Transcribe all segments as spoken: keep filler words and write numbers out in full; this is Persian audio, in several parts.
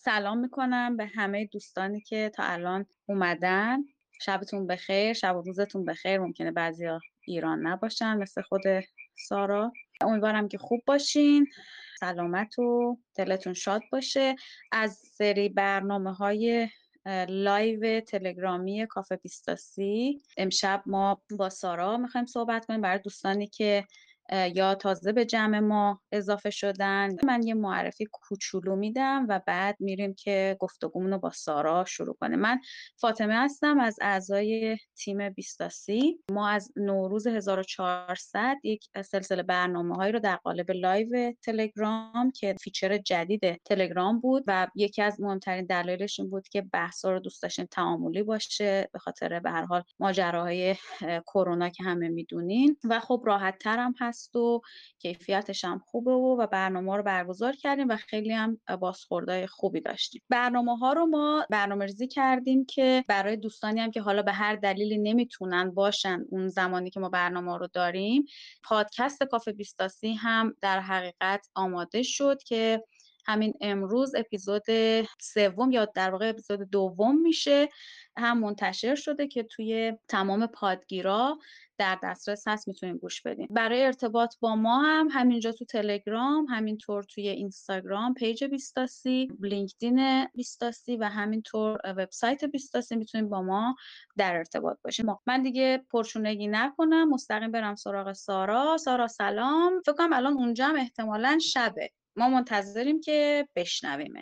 سلام میکنم به همه دوستانی که تا الان اومدن. شبتون بخیر، شب و روزتون بخیر. ممکنه بعضیا ایران نباشن مثل خود سارا. امیدوارم که خوب باشین، سلامت و دلتون شاد باشه. از سری برنامه های لایو تلگرامی کافه بیستاسی امشب ما با سارا میخوایم صحبت کنیم. برای دوستانی که یا تازه به جمع ما اضافه شدن، من یه معرفی کوچولو میدم و بعد میریم که گفتگومون رو با سارا شروع کنیم. من فاطمه هستم، از اعضای تیم بیستاسی. ما از نوروز هزار و چهارصد یک سلسله برنامه هایی رو در قالب لایو تلگرام که فیچر جدید تلگرام بود و یکی از مهمترین دلایلش این بود که بحثا رو دوست داشتیم تعاملی باشه، به خاطر به هر حال ماجراهای کرونا که همه میدونین و خب راحت تر هم هست و کیفیتش هم خوبه و, و برنامه رو برگزار کردیم و خیلی هم بازخوردهای خوبی داشتیم. برنامه ها رو ما برنامه ریزی کردیم که برای دوستانی هم که حالا به هر دلیلی نمیتونن باشن اون زمانی که ما برنامه رو داریم، پادکست کافه بیستاسی هم در حقیقت آماده شد که همین امروز اپیزود سوم یا در واقع اپیزود دوم میشه، هم منتشر شده که توی تمام پادگیرا در دسترس هست، میتونید گوش بدین. برای ارتباط با ما هم همینجا تو تلگرام، همینطور توی اینستاگرام پیج بیستاسی، لینکدین بیستاسی و همینطور وبسایت بیستاسی میتونید با ما در ارتباط باشین. من دیگه پرچونگی نکنم، مستقیم برم سراغ سارا. سارا سلام. فکر کنم الان اونجا هم احتمالاً شبه، ما منتظریم که بشنویمه.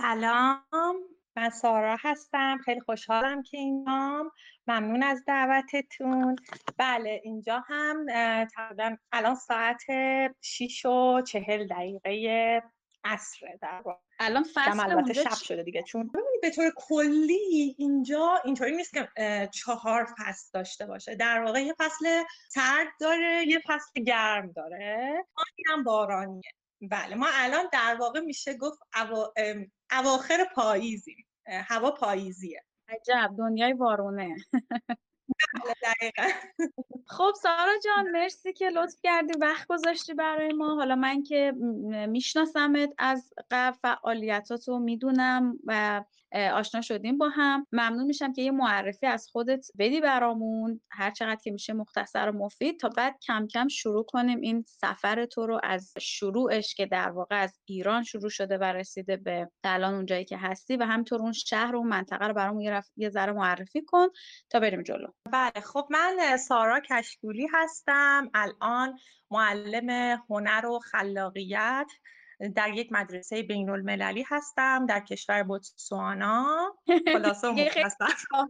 سلام، من سارا هستم. خیلی خوشحالم که اینجام. ممنون از دعوتتون. بله، اینجا هم تقریبا الان ساعت شیش و چهل دقیقه عصره در واقع. الان فصل البته اونجا شب چی؟ شده دیگه، چون ببینید به طور کلی اینجا اینطوری نیست که چهار فصل داشته باشه. در واقع یه فصل سرد داره، یه فصل گرم داره، هم بارانیه. بله، ما الان در واقع میشه گفت اوا... اواخر پاییزیم، هوا پاییزیه. عجب، دنیای وارونه. بله دقیقا. خب سارا جان، مرسی که لطف کردی وقت گذاشتی برای ما. حالا من که میشناسمت از قبل، فعالیتاتو میدونم و آشنا شدیم با هم. ممنون میشم که یه معرفی از خودت بدی برامون، هر چقدر که میشه مختصر و مفید، تا بعد کم کم شروع کنیم این سفر تو رو از شروعش که در واقع از ایران شروع شده و رسیده به الان اونجایی که هستی، و همینطور اون شهر و اون منطقه رو برامون یه, رف... یه ذره معرفی کن تا بریم جلو. بله، خب من سارا کشکولی هستم. الان معلم هنر و خلاقیت در یک مدرسه بین المللی هستم در کشور بوتسوانا. خلاصه و مختصر.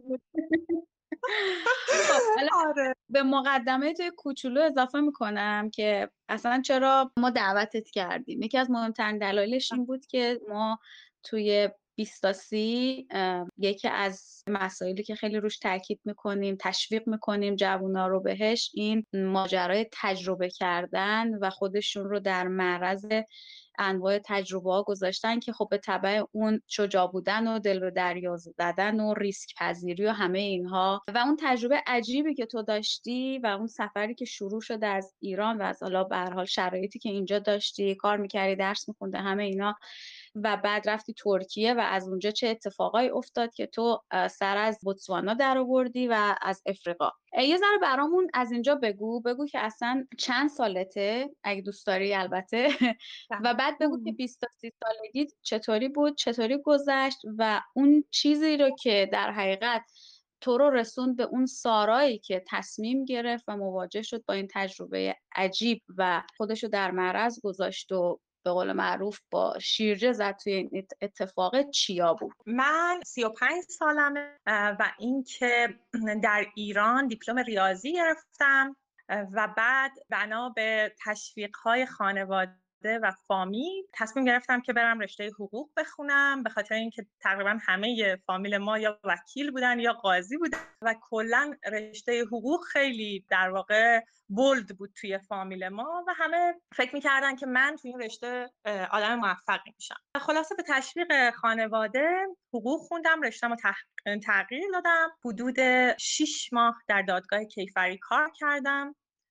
خب آره. به مقدمه توی کوچولو اضافه میکنم که اصلا چرا ما دعوتت کردیم. یکی از مهمترین دلایلش این بود که ما توی بیستاسی یکی از مسائلی که خیلی روش تاکید میکنیم، تشویق میکنیم جوونا رو بهش، این ماجرای تجربه کردن و خودشون رو در معرض انواع تجربه ها گذاشتن که خب به تبع اون شجاع بودن و دل به دریا زدن و ریسک پذیری و همه اینها و اون تجربه عجیبی که تو داشتی و اون سفری که شروع شده از ایران و از حالا به هر حال شرایطی که اینجا داشتی، کار میکردی، درس میخونده، همه اینا، و بعد رفتی ترکیه و از اونجا چه اتفاقایی افتاد که تو سر از بوتسوانا در آوردی و از افریقا. یه ذره برامون از اینجا بگو بگو که اصلا چند سالته اگه دوست داری البته و بعد بگو که بیست تا سی سالگی چطوری بود، چطوری گذشت و اون چیزی رو که در حقیقت تو رو رسوند به اون سارایی که تصمیم گرفت و مواجه شد با این تجربه عجیب و خودشو در معرض گذاشت و به قول معروف با شیرجه زد توی این اتفاق. چیا بود؟ من سی و پنج سالمه و اینکه در ایران دیپلم ریاضی گرفتم و بعد بنا به تشویق‌های خانواده و فامیل تصمیم گرفتم که برم رشته حقوق بخونم، به خاطر اینکه تقریبا همه فامیل ما یا وکیل بودن یا قاضی بودن و کلا رشته حقوق خیلی در واقع بولد بود توی فامیل ما و همه فکر می‌کردن که من توی این رشته آدم موفقی میشم. خلاصه به تشویق خانواده حقوق خوندم، رشته‌مو تغییر دادم. حدود شش ماه در دادگاه کیفری کار کردم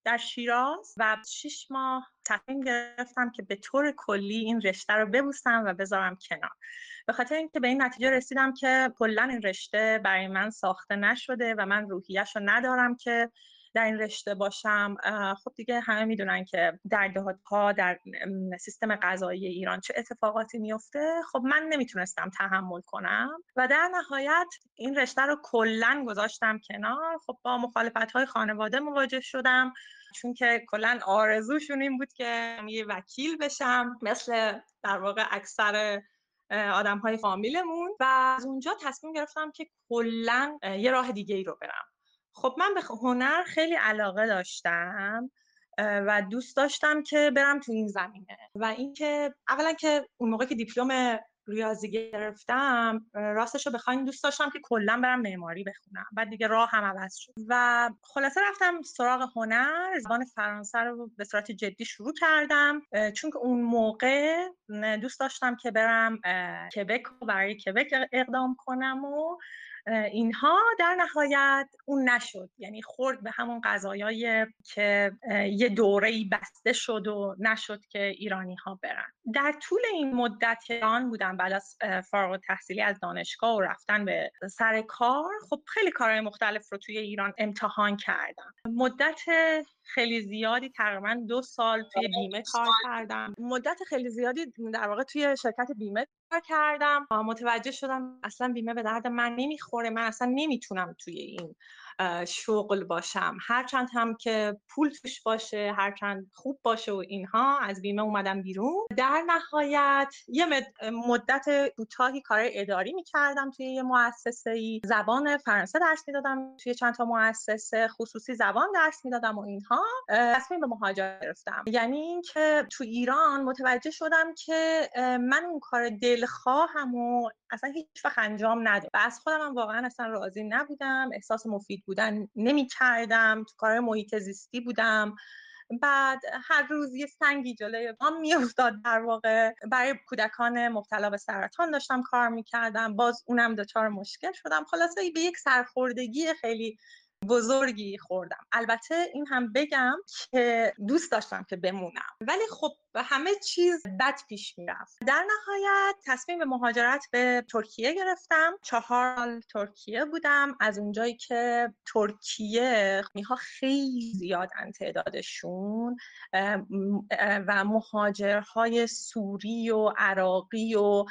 در شیراز و شش ماه تصمیم گرفتم که به طور کلی این رشته رو ببوسم و بذارم کنار. به خاطر اینکه به این نتیجه رسیدم که کلا این رشته برای من ساخته نشده و من روحیه‌شو ندارم که در این رشته باشم. خب دیگه همه میدونن که در دهات‌ها در سیستم قضایی ایران چه اتفاقاتی میفته. خب من نمیتونستم تحمل کنم و در نهایت این رشته رو کلاً گذاشتم کنار. خب با مخالفت‌های خانواده مواجه شدم، چون که کلاً آرزوشون این بود که یه وکیل بشم مثل در واقع اکثر آدم‌های فامیلمون و از اونجا تصمیم گرفتم که کلاً یه راه دیگه ای رو برم. خب من به هنر خیلی علاقه داشتم و دوست داشتم که برم تو این زمینه و اینکه اولا که اون موقع که دیپلم ریاضی گرفتم راستش رو بخواین دوست داشتم که کلا برم معماری بخونم، بعد دیگه راه هم عوض شد و خلاصه رفتم سراغ هنر. زبان فرانسه رو به صورت جدی شروع کردم چون که اون موقع دوست داشتم که برم کبک و برای کبک اقدام کنم و اینها. در نهایت اون نشد، یعنی خورد به همون قضایایی که یه دوره‌ای بسته شد و نشد که ایرانی ها برن. در طول این مدت که آن بودم بعد از فارغ التحصیلی از دانشگاه و رفتن به سر کار، خب خیلی کارهای مختلف رو توی ایران امتحان کردم. مدت خیلی زیادی تقریبا دو سال توی بیمه کار کردم. مدت خیلی زیادی در واقع توی شرکت بیمه کار کردم. متوجه شدم اصلا بیمه به درد من نمیخوره، من اصلا نمیتونم توی این شغل باشم، هرچند هم که پول توش باشه، هرچند خوب باشه و اینها. از بیمه اومدم بیرون. در نهایت یه مدت کوتاهی کار اداری میکردم توی یه مؤسسه‌ای، زبان فرانسه درس میدادم توی چند تا مؤسسه خصوصی، زبان درس میدادم و اینها. تصمیم به مهاجرت گرفتم، یعنی اینکه تو ایران متوجه شدم که من اون کار دلخواهم و اصلا هیچ وقت انجام ندادم و از خودم هم واقعا اصلا راضی نبودم، احساس مفید بودن نمی کردم، تو کار محیط زیستی بودم. بعد هر روز یه سنگی جلوی پام میافتاد. در واقع برای کودکان مبتلا به سرطان داشتم کار میکردم، باز اونم دچار مشکل شدم. خلاصه به یک سرخوردگی خیلی بزرگی خوردم. البته این هم بگم که دوست داشتم که بمونم، ولی خب همه چیز بد پیش میرفت. در نهایت تصمیم به مهاجرت به ترکیه گرفتم. چهار سال ترکیه بودم. از اونجایی که ترکیه میها خیلی زیادن تعدادشون و مهاجرهای سوری و عراقی و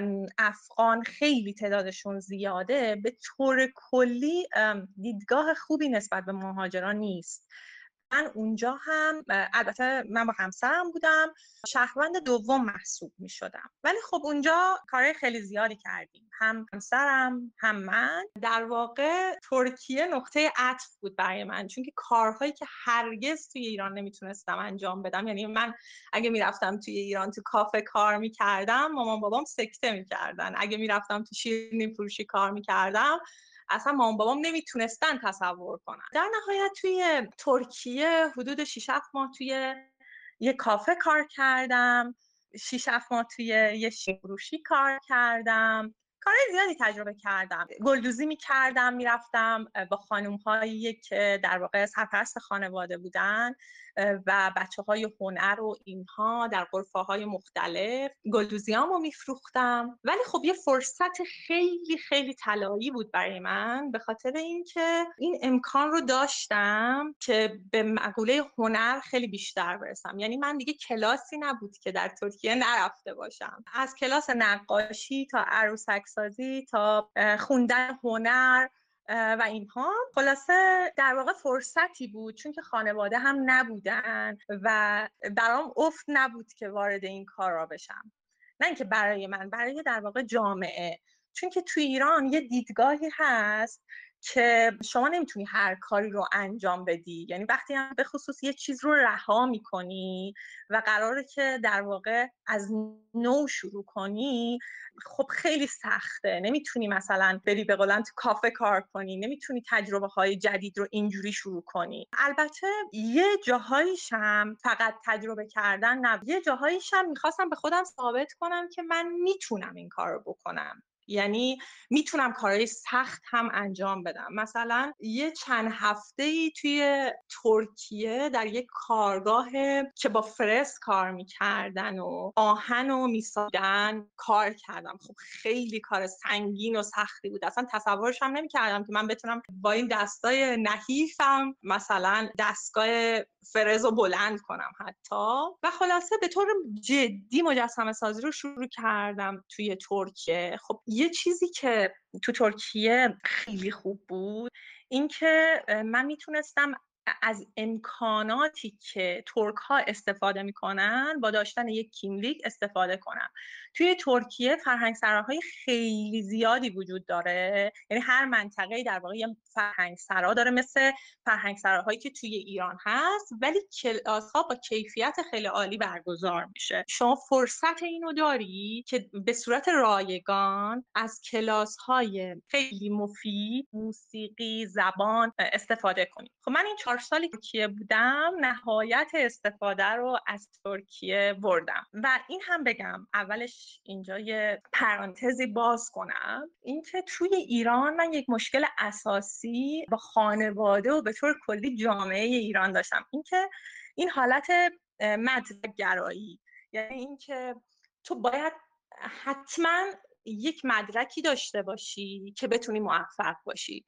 افغان خیلی تعدادشون زیاده، به طور کلی دیدگاه خوبی نسبت به مهاجران نیست. من اونجا هم البته من با همسرم بودم، شهروند دوم محسوب می شدم، ولی خب اونجا کارهای خیلی زیادی کردیم، هم همسرم هم من. در واقع ترکیه نقطه عطف بود برای من، چون که کارهایی که هرگز توی ایران نمیتونستم انجام بدم، یعنی من اگه میرفتم توی ایران تو کافه کار میکردم مامان بابام سکته میکردن، اگه میرفتم تو شیرینی فروشی کار میکردم اصلا مامان بابام نمیتونستن تصور کنن. در نهایت توی ترکیه حدود شش هفت ماه توی یه کافه کار کردم، شش هفت ماه توی یه فروشی کار کردم، کارهای زیادی تجربه کردم. گلدوزی میکردم، میرفتم با خانوم‌هایی که در واقع سرپرست خانواده بودن و بچه‌های هنر و اینها در غرفه‌های مختلف گلدوزیامو میفروختم. ولی خب یه فرصت خیلی خیلی طلایی بود برای من، به خاطر اینکه این امکان رو داشتم که به مقوله هنر خیلی بیشتر برسم. یعنی من دیگه کلاسی نبود که در ترکیه نرفته باشم، از کلاس نقاشی تا عروسک سازی تا خوندن هنر و اینها. خلاصه در واقع فرصتی بود، چون که خانواده هم نبودن و برام افت نبود که وارد این کارا بشم. نه اینکه برای من، برای در واقع جامعه، چون که توی ایران یه دیدگاهی هست که شما نمیتونی هر کاری رو انجام بدی. یعنی وقتی هم به خصوص یه چیز رو رها میکنی و قراره که در واقع از نو شروع کنی، خب خیلی سخته. نمیتونی مثلا بری به قولن تو کافه کار کنی، نمیتونی تجربه های جدید رو اینجوری شروع کنی. البته یه جاهایش هم فقط تجربه کردن نه، یه جاهایش هم میخواستم به خودم ثابت کنم که من میتونم این کار رو بکنم. یعنی میتونم کارهای سخت هم انجام بدم. مثلا یه چند هفته‌ای توی ترکیه در یک کارگاه که با فرس کار میکردن و آهن و میسادن کار کردم. خب خیلی کار سنگین و سختی بود، اصلا تصورش هم نمیکردم که من بتونم با این دستای نحیفم مثلا دستگاه فرز رو بلند کنم حتی. و خلاصه به طور جدی مجسمه سازی رو شروع کردم توی ترکیه. خب یه چیزی که تو ترکیه خیلی خوب بود این که من میتونستم از امکاناتی که ترک ها استفاده میکنن با داشتن یک کیملیک استفاده کنم. توی ترکیه فرهنگ سراهای خیلی زیادی وجود داره، یعنی هر منطقه در واقع یه فرهنگ سرا داره مثل فرهنگ سراهایی که توی ایران هست، ولی کلاس ها با کیفیت خیلی عالی برگزار میشه. شما فرصت اینو داری که به صورت رایگان از کلاس های خیلی مفید موسیقی، زبان استفاده کنی. خب من این چهار سالی ترکیه بودم نهایت استفاده رو از ترکیه بردم. و این هم بگم اولش اینجا یه پرانتزی باز کنم، اینکه توی ایران من یک مشکل اساسی با خانواده و به طور کلی جامعه ایران داشتم، اینکه این حالت مدرک گرایی، یعنی اینکه تو باید حتما یک مدرکی داشته باشی که بتونی موفق باشی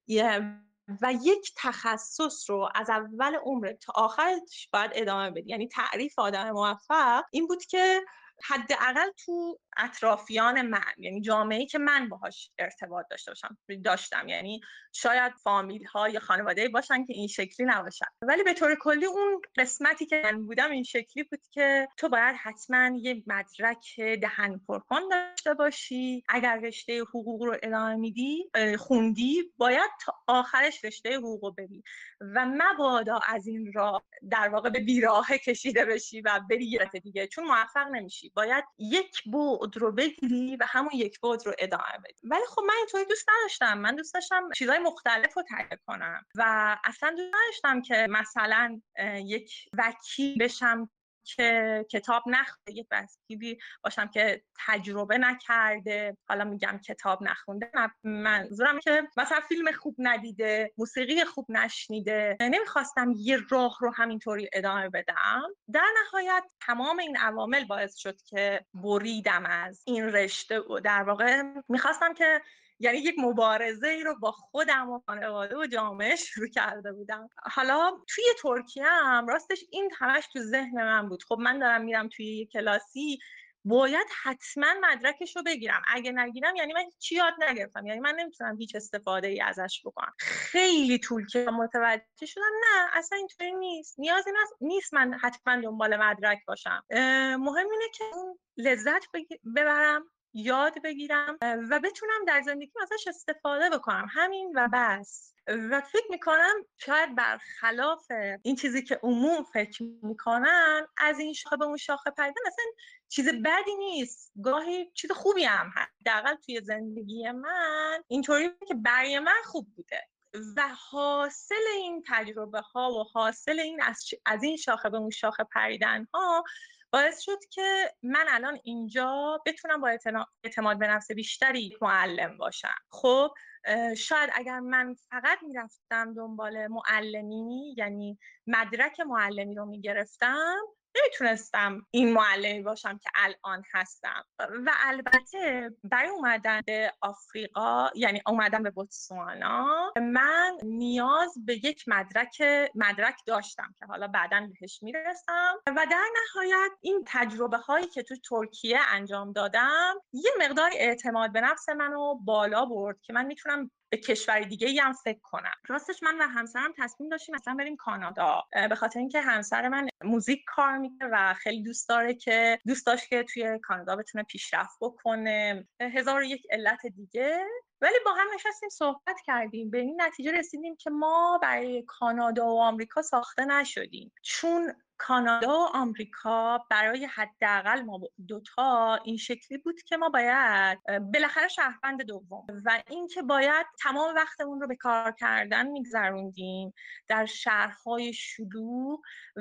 و یک تخصص رو از اول عمرت تا آخرش باید ادامه بدی. یعنی تعریف آدم موفق این بود که حداقل تو اطرافیان من، یعنی جامعه‌ای که من باهاش ارتباط داشته باشم داشتم، یعنی شاید فامیل ها یا خانواده‌ای باشن که این شکلی نباشن، ولی به طور کلی اون قسمتی که من بودم این شکلی بود که تو باید حتما یه مدرک دهن پرکن داشته باشی. اگر رشته حقوق رو ادامه میدی خوندی باید تا آخرش رشته حقوق رو بری و مبادا از این راه در واقع به بیراهه کشیده بشی و بری یه دیگه، چون موفق نمیشی. باید یک بعد رو بگیری و همون یک بعد رو ادامه بدی. ولی خب من اینطوری دوست نداشتم. من دوست داشتم چیزای مختلف رو تجربه کنم و اصلا دوست نداشتم که مثلا یک وکیل بشم که کتاب نخونده، یک وکیلی باشم که تجربه نکرده، حالا میگم کتاب نخونده، منظورم که مثلا فیلم خوب ندیده، موسیقی خوب نشنیده. نمیخواستم یه راه رو همینطوری ادامه بدم. در نهایت تمام این عوامل باعث شد که بریدم از این رشته و در واقع میخواستم که یعنی یک مبارزه ای رو با خودم و خانواده و جامعه شروع کرده بودم. حالا توی ترکیه هم راستش این همش تو ذهن من بود. خب من دارم میرم توی یک کلاسی، باید حتما مدرکش رو بگیرم، اگه نگیرم یعنی من هیچ یاد نگرفتم، یعنی من نمیتونم هیچ استفاده ای ازش بکنم. خیلی طول کشید متوجه شدم نه اصلا اینطوری نیست، نیازی نیست من حتما دنبال مدرک باشم. مهم اینه که اون لذت ببرم، یاد بگیرم و بتونم در زندگی ازش استفاده بکنم، همین و بس. و فکر میکنم شاید برخلاف این چیزی که عموم فکر میکنن از این شاخه به اون شاخه پریدن اصلا چیز بدی نیست، گاهی چیز خوبی هم هست. حداقل توی زندگی من اینطوری که برای من خوب بوده و حاصل این تجربه ها و حاصل این از, از این شاخه به اون شاخه پریدن ها باعث شد که من الان اینجا بتونم با اعتماد به نفس بیشتری معلم باشم. خب شاید اگر من فقط میرفتم دنبال معلمی، یعنی مدرک معلمی رو میگرفتم، نمیتونستم این معلمی باشم که الان هستم. و البته برای اومدن به آفریقا، یعنی اومدن به بوتسوانا، من نیاز به یک مدرک مدرک داشتم که حالا بعداً بهش میرسم. و در نهایت این تجربه هایی که تو ترکیه انجام دادم یه مقدار اعتماد به نفس منو بالا برد که من میتونم به کشور دیگه ای هم فکر کنم. راستش من و همسرم تصمیم داشتیم مثلا بریم کانادا، به خاطر اینکه همسر من موزیک کار میکنه و خیلی دوست داره که دوست داشت که توی کانادا بتونه پیشرفت بکنه، هزار و یک علت دیگه. ولی با هم نشستیم صحبت کردیم، به این نتیجه رسیدیم که ما برای کانادا و آمریکا ساخته نشدیم، چون کانادا و آمریکا برای حداقل ما دوتا این شکلی بود که ما باید بالاخره شهروند دوم و اینکه باید تمام وقتمون رو به کار کردن میگذروندیم در شهرهای شلوغ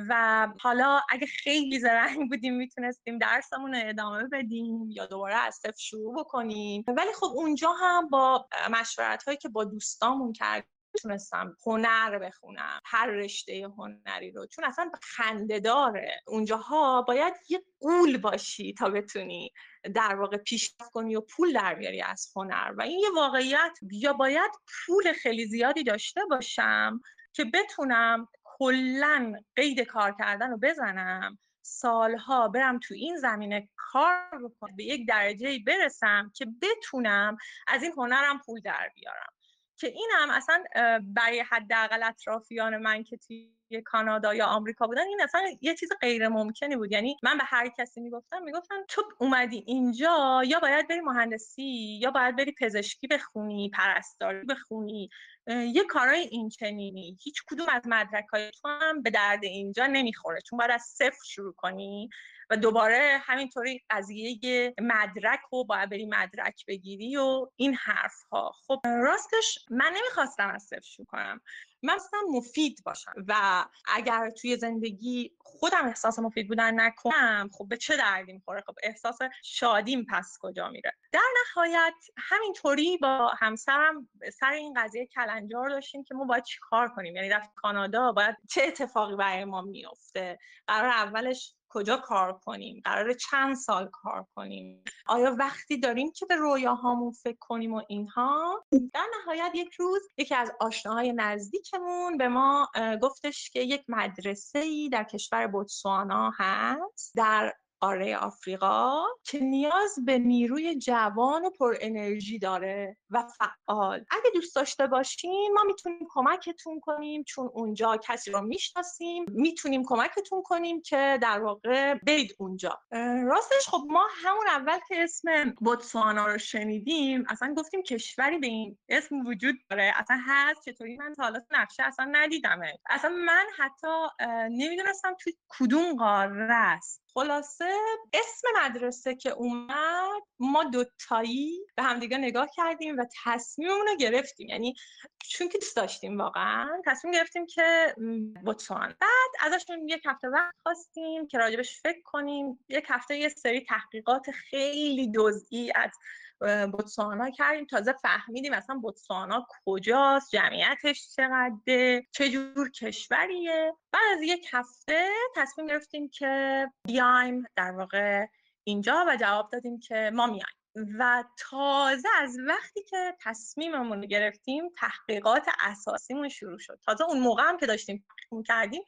و حالا اگه خیلی زرنگ بودیم میتونستیم درسمون رو ادامه بدیم یا دوباره از صفر شروع بکنیم. ولی خب اونجا هم با مشورت هایی که با دوستامون کردیم تونستم هنر بخونم، هر رشته هنری رو، چون اصلا خنده داره. اونجاها باید یه غول باشی تا بتونی در واقع پیشرفت کنی و پول در بیاری از هنر و این یه واقعیت. یا باید پول خیلی زیادی داشته باشم که بتونم کلاً قید کار کردن رو بزنم، سالها برم تو این زمینه کار بکنم، به یک درجه‌ای برسم که بتونم از این هنرم پول در بیارم. که این هم اصلا برای حداقل اطرافیان من که توی کانادا یا آمریکا بودن این اصلا یه چیز غیر ممکنی بود. یعنی من به هر کسی میگفتم میگفتن تو اومدی اینجا یا باید بری مهندسی یا باید بری پزشکی بخونی، پرستاری بخونی، یه کارای این چنینی. هیچ کدوم از مدرک‌های تو هم به درد اینجا نمیخوره چون باید از صفر شروع کنی و دوباره همینطوری قضیه مدرک رو باید بری مدرک بگیری و این حرف ها. خب راستش من نمیخواستم از صفر شروع کنم، من خواستم مفید باشم و اگر توی زندگی خودم احساس مفید بودن نکنم خب به چه دردی میخوره؟ خب احساس شادیم پس کجا میره؟ در نهایت همینطوری با همسرم سر این قضیه کلنجار داشتیم که ما باید چی کار کنیم. یعنی رفت کانادا باید چه اتفاقی برای ما میفته؟ قرار اولش کجا کار کنیم؟ قراره چند سال کار کنیم؟ آیا وقتی داریم که به رویاهامون فکر کنیم و اینها؟ در نهایت یک روز یکی از آشناهای نزدیکمون به ما گفتش که یک مدرسه‌ای در کشور بوتسوانا هست در قاره آفریقا که نیاز به نیروی جوان و پر انرژی داره و فعال. اگه دوست داشته باشین ما میتونیم کمکتون کنیم چون اونجا کسی رو میشناسیم، میتونیم کمکتون کنیم که در واقع برید اونجا. راستش خب ما همون اول که اسم بوتسوانا رو شنیدیم اصلا گفتیم کشوری به این اسم وجود داره؟ اصلا هست؟ چطوری؟ من تا حالا نقشه اصلا ندیدمه، اصلا من حتی نمیدونستم توی کدوم قاره است. خلاصه اسم مدرسه که اومد ما دوتایی به همدیگه نگاه کردیم و تصمیممون رو گرفتیم. یعنی چون که دوست داشتیم واقعا تصمیم گرفتیم که بوتسوانا. بعد ازشون یک هفته وقت خواستیم که راجبش فکر کنیم. یک هفته یه سری تحقیقات خیلی جزئی از بوتسوانا کردیم، تازه فهمیدیم اصلا بوتسوانا کجاست، جمعیتش چقدره، چه جور کشوریه. بعد از یک هفته تصمیم گرفتیم که بیایم در واقع اینجا و جواب دادیم که ما میایم. و تازه از وقتی که تصمیممون رو گرفتیم تحقیقات اساسیمون شروع شد. تازه اون موقع هم که داشتیم تحقیق می‌کردیم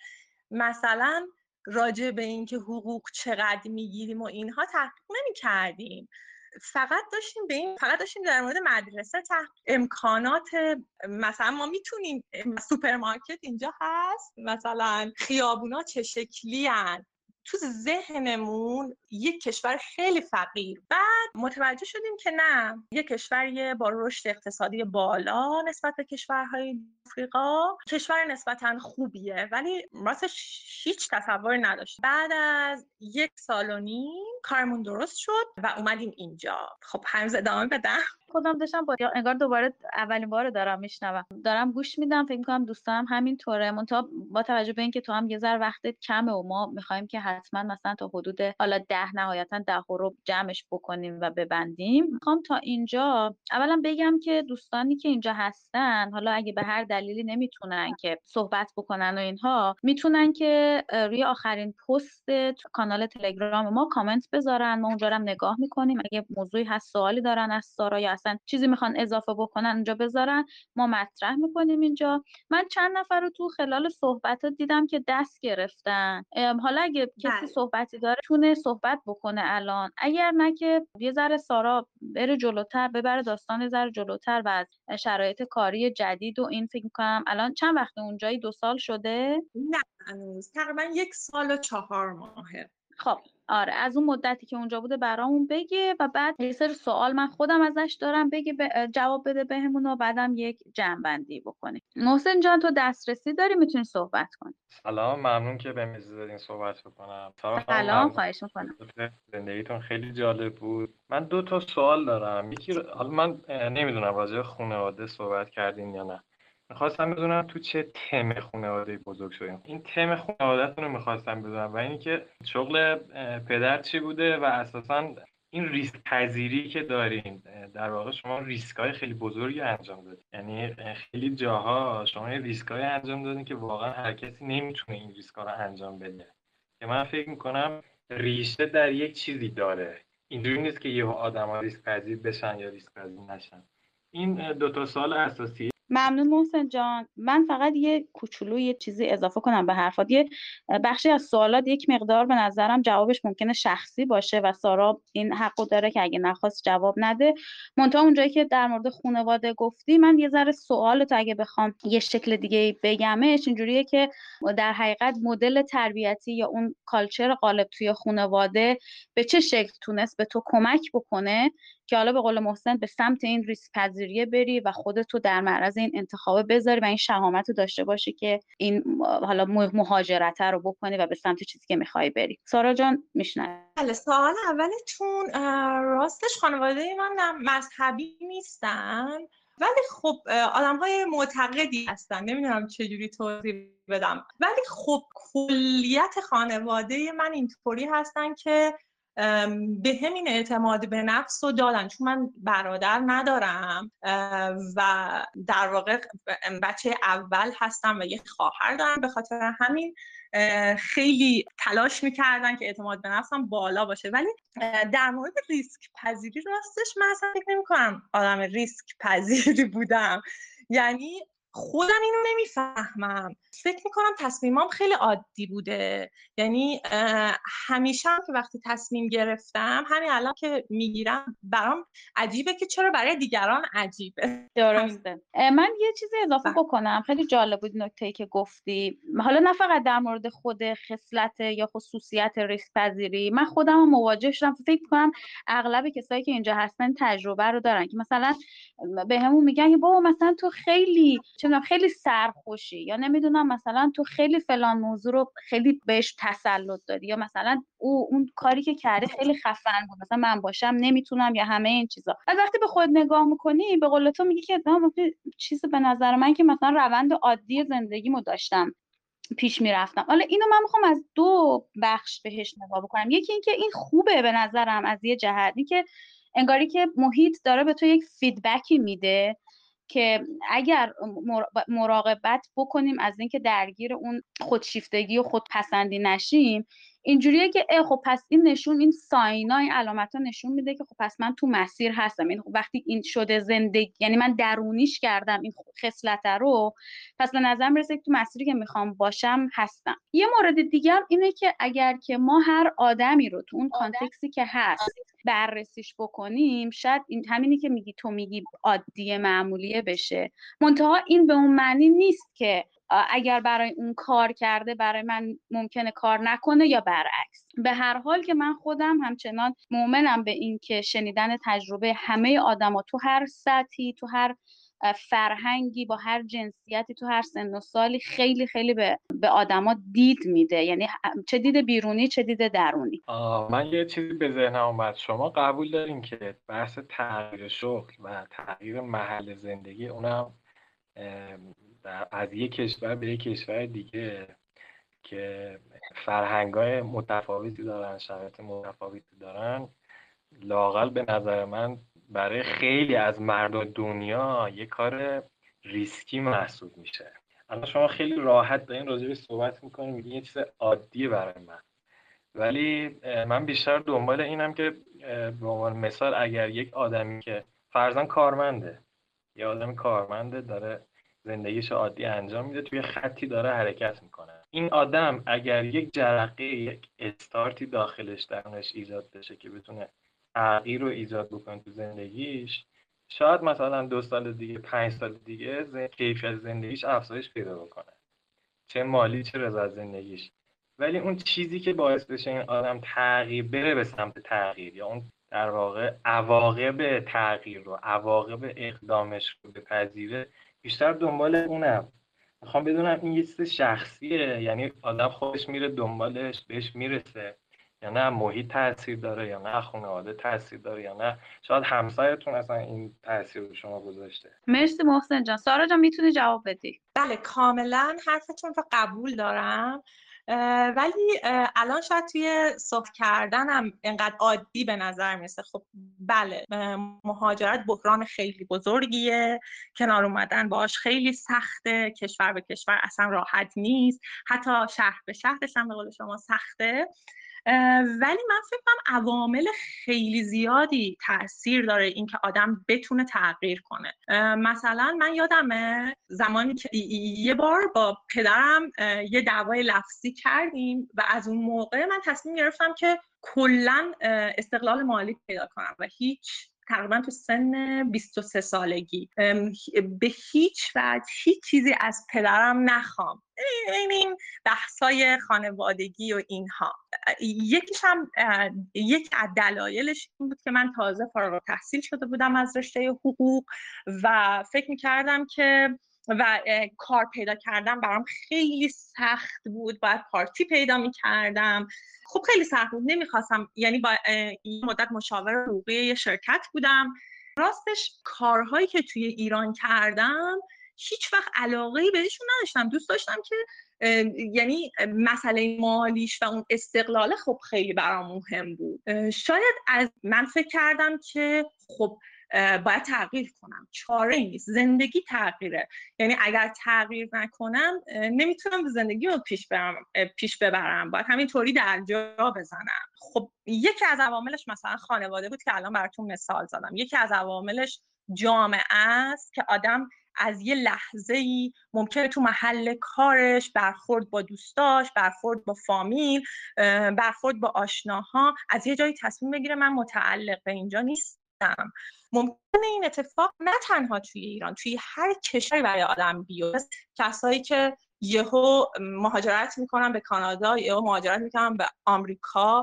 مثلا راجع به این که حقوق چقدر میگیریم و اینها تحقیق نمی‌کردیم، فقط داشتیم به این فقط داشتیم در مورد مدرسه تحقیق، امکانات. مثلا ما میتونیم سوپرمارکت اینجا هست، مثلا خیابونا چه شکلی هن. تو ذهنمون یک کشور خیلی فقیر. بعد متوجه شدیم که نه، یک کشوری با رشد اقتصادی بالا نسبت به کشورهای آفریقا، کشور نسبتاً خوبیه، ولی راستش هیچ تصوری نداشت. بعد از یک سال و نیم کارمون درست شد و اومدیم اینجا. خب هنوز ادامه بدم. خودم داشتم با انگار دوباره اولین بار دارم میشنوم، دارم گوش میدم، فکر می‌کنم دوستام همینطوره. منتها با توجه به اینکه تو هم یه ذره وقتت کمه و ما می‌خوایم که حتما مثلا تا حدود حالا ده نهایتا ده رو جمعش بکنیم و ببندیم، می‌خوام تا اینجا اولا بگم که دوستانی که اینجا هستن حالا اگه به هر دلیلی نمیتونن که صحبت بکنن و اینها، میتونن که روی آخرین پست کانال تلگرام ما کامنت بذارن، ما اونجا رو نگاه می‌کنیم. اگه موضوعی هست سوالی دارن از سارا یا اصلا چیزی میخوان اضافه بکنن اونجا بذارن، ما مطرح میکنیم اینجا. من چند نفر رو تو خلال صحبتات دیدم که دست گرفتن. حالا اگه کسی صحبتی داره تونه صحبت بکنه الان، اگر نه که یه ذره سارا بره جلوتر، ببره داستان یه ذره جلوتر و از شرایط کاری جدید و این. فکر میکنم الان چند وقت اونجایی؟ دو سال شده؟ نه هنوز تقریبا یک سال و چهار ماهه. خب آره از اون مدتی که اونجا بوده برامون بگه و بعد یه سری سوال من خودم ازش دارم بگه ب... جواب بده بهمون و بعدم یک جمع‌بندی بکنیم. محسن جان تو دسترسی داری میتونی صحبت کنی. سلام، ممنون که به اجازه دادین صحبت بکنم. سلام خانم، سلام، ممنون. خواهش میکنم. زندگیتون خیلی جالب بود. من دو تا سوال دارم. یکی رو- حالا من اه، نمیدونم راجع به خانواده صحبت کردین یا نه. میخواستم بدونم تو چه تم خانواده بزرگ شدین. این تم خانوادهتون رو میخواستم بدونم و اینی که شغل اه، پدر چی بوده و اساساً این ریسک پذیری که دارین، اه، در واقع شما ریسک های خیلی بزرگی انجام دادین. یعنی اه، خیلی جاها شما ریسک های انجام دادین که واقعا هر کسی نمیتونه این ریسک ها رو انجام بده. که من فکر میکنم ریشه در یک چیزی داره. اینجوری نیست که یهو آدما ریسک پذیر بشن یا ریسک پذیر نشن. این دو تا سوال اساسی. ممنون محسن جان. من فقط یه کوچولو یه چیزی اضافه کنم به حرفات. یه بخشی از سوالات یک مقدار به نظرم جوابش ممکنه شخصی باشه و سارا این حقو داره که اگه نخواست جواب نده. منتها اونجایی که در مورد خانواده گفتی، من یه ذره سوالت اگه بخوام یه شکل دیگه بگمش اینجوریه که در حقیقت مدل تربیتی یا اون کالچر غالب توی خانواده به چه شکل تونست به تو کمک بکنه که حالا به قول محسن به سمت این ریسک پذیریه بری و خودتو در معرض این انتخاب بذاری و این شهامت رو داشته باشی که این حالا مهاجرت رو بکنی و به سمت چیزی که میخوای بری. سارا جان میشنوی. بله، سوال اولتون راستش خانواده من مذهبی نیستن، ولی خب آدم های معتقدی هستن. نمیدونم چجوری توضیح بدم، ولی خب کلیت خانواده من اینطوری هستن که به همین اعتماد به نفس رو دادن، چون من برادر ندارم و در واقع بچه اول هستم و یه خواهر دارم. به خاطر همین خیلی تلاش میکردن که اعتماد به نفسم بالا باشه. ولی در مورد ریسک پذیری راستش من اصلا فکر نمی‌کنم آدم ریسک پذیری بودم. یعنی خودم اینو نمیفهمم. فکر میکنم تصمیمام خیلی عادی بوده. یعنی همیشه هم که وقتی تصمیم گرفتم، همین الان که میگیرم برام عجیبه که چرا برای دیگران عجیبه. درسته. من یه چیزی اضافه بکنم. خیلی جالب بود نکته‌ای که گفتی. حالا نه فقط در مورد خود خصلت یا خصوصیت ریسک پذیری، من خودم هم مواجه شدم. فکر کنم اغلب کسایی که اینجا هستن تجربه رو دارن که مثلا بهمون میگن که بابا مثلا تو خیلی چه میدونم خیلی سرخوشی، یا نمیدونم مثلا تو خیلی فلان موضوع رو خیلی بهش تسلط داری، یا مثلا او اون کاری که کردی خیلی خفن بود، مثلا من باشم نمیتونم، یا همه این چیزا. از وقتی به خود نگاه میکنی به قول تو میگی که چیز به نظر من که مثلا روند عادی زندگیمو داشتم پیش میرفتم. حالا اینو من میخوام از دو بخش بهش نگاه بکنم. یکی این که این خوبه به نظرم از یه جهتی که انگاری که محیط داره به تو یک فیدبکی میده که اگر مراقبت بکنیم از اینکه درگیر اون خودشیفتگی و خودپسندی نشیم، اینجوریه که خب پس این نشون این ساینا این علامت ها نشون میده که خب پس من تو مسیر هستم. این وقتی این شده زندگی، یعنی من درونیش کردم این خصلت رو، پس به نظر میرسه که تو مسیری که میخوام باشم هستم. یه مورد دیگه هم اینه که اگر که ما هر آدمی رو تو اون کانتکسی که هست بررسیش بکنیم، شاید این همینی که میگی تو میگی عادی معمولیه بشه. منتها این به اون معنی نیست که اگر برای اون کار کرده برای من ممکنه کار نکنه یا برعکس. به هر حال که من خودم همچنان مؤمنم به این که شنیدن تجربه همه آدما تو هر سطحی، تو هر فرهنگی، با هر جنسیتی، تو هر سن و سالی خیلی خیلی به به آدما دید میده، یعنی چه دید بیرونی چه دید درونی. آه من یه چیزی به ذهنم اومد. شما قبول دارین که بحث تغییر شغل و تغییر محل زندگی، اونم از یک کشور به یک کشور دیگه که فرهنگ‌های متفاوتی دارن، شرایط متفاوتی دارن، لااقل به نظر من برای خیلی از مردم دنیا یه کار ریسکی محسوب میشه. الان شما خیلی راحت دارین راجع به صحبت میکنین، میگین یه چیز عادیه برای من، ولی من بیشتر دنبال اینم که به عنوان مثال اگر یک آدمی که فرضاً کارمنده، یه آدم کارمنده داره زندگیش عادی انجام میده، توی خطی داره حرکت میکنه، این آدم اگر یک جرقه، یک استارتی داخلش درونش ایجاد بشه که بتونه تغییر رو ایجاد بکنه تو زندگیش، شاید مثلا دو سال دیگه، پنج سال دیگه کیفیت زندگیش افزایش پیدا بکنه، چه مالی چه رضایت زندگیش. ولی اون چیزی که باعث بشه این آدم تغییر بره به سمت تغییر، یا اون در واقع عواقب تغییر رو، عواقب اقدامش رو بپذیره، بیشتر دنبال اونم. میخوام بدونم این یه چیز شخصیه، یعنی آدم خودش میره دنبالش، بهش میرسه، یا نه محیط تاثیر داره، یا نه خانواده تاثیر داره، یا نه شاید همسایتون اصلا این تاثیر رو شما گذاشته؟ مرسی محسن جان. سارا جان میتونی جواب بدی؟ بله کاملا حرفتون رو قبول دارم، ولی الان شاید توی صحبت کردنم اینقدر عادی به نظر میرسه. خب بله، مهاجرت بحران خیلی بزرگیه، کنار اومدن باش خیلی سخته، کشور به کشور اصلا راحت نیست، حتی شهر به شهرش هم به قول شما سخته. ولی من فکر کنم عوامل خیلی زیادی تاثیر داره اینکه آدم بتونه تغییر کنه. مثلا من یادمه زمانی که یه بار با پدرم یه دعوای لفظی کردیم و از اون موقع من تصمیم گرفتم که کلاً استقلال مالی پیدا کنم و هیچ تقریبا تو سن بیست و سه سالگی به هیچ وجه هیچ چیزی از پدرم نخوام. این این بحثای خانوادگی و اینها. یکیش هم یک از دلایلش این بود که من تازه فارغ التحصیل شده بودم از رشته حقوق و فکر می‌کردم که و کار پیدا کردم برام خیلی سخت بود، باید پارتی پیدا می‌کردم. خب خیلی سخت بود، نمیخواستم، یعنی با این مدت مشاور حقوقی یه شرکت بودم. راستش کارهایی که توی ایران کردم هیچ وقت علاقه‌ای بهشون نداشتم. دوست داشتم که یعنی مسئله مالیش و اون استقلاله خب خیلی برام مهم بود. شاید از من فکر کردم که خب باید تغییر کنم، چاره ای نیست، زندگی تغییره، یعنی اگر تغییر نکنم نمیتونم زندگی رو پیش برم پیش ببرم، باید همینطوری در جا بزنم. خب یکی از عواملش مثلا خانواده بود که الان براتون مثال زدم. یکی از عواملش جامعه است که آدم از یه لحظه‌ای ممکنه تو محل کارش، برخورد با دوستاش، برخورد با فامیل، برخورد با آشناها، از یه جایی تصمیم بگیره من متعلق به اینجا نیستم. ممکنه این اتفاق نه تنها توی ایران، توی هر کشوری برای آدم بیفته. کسایی که یهو مهاجرت میکنن به کانادا، یهو مهاجرت میکنن به آمریکا،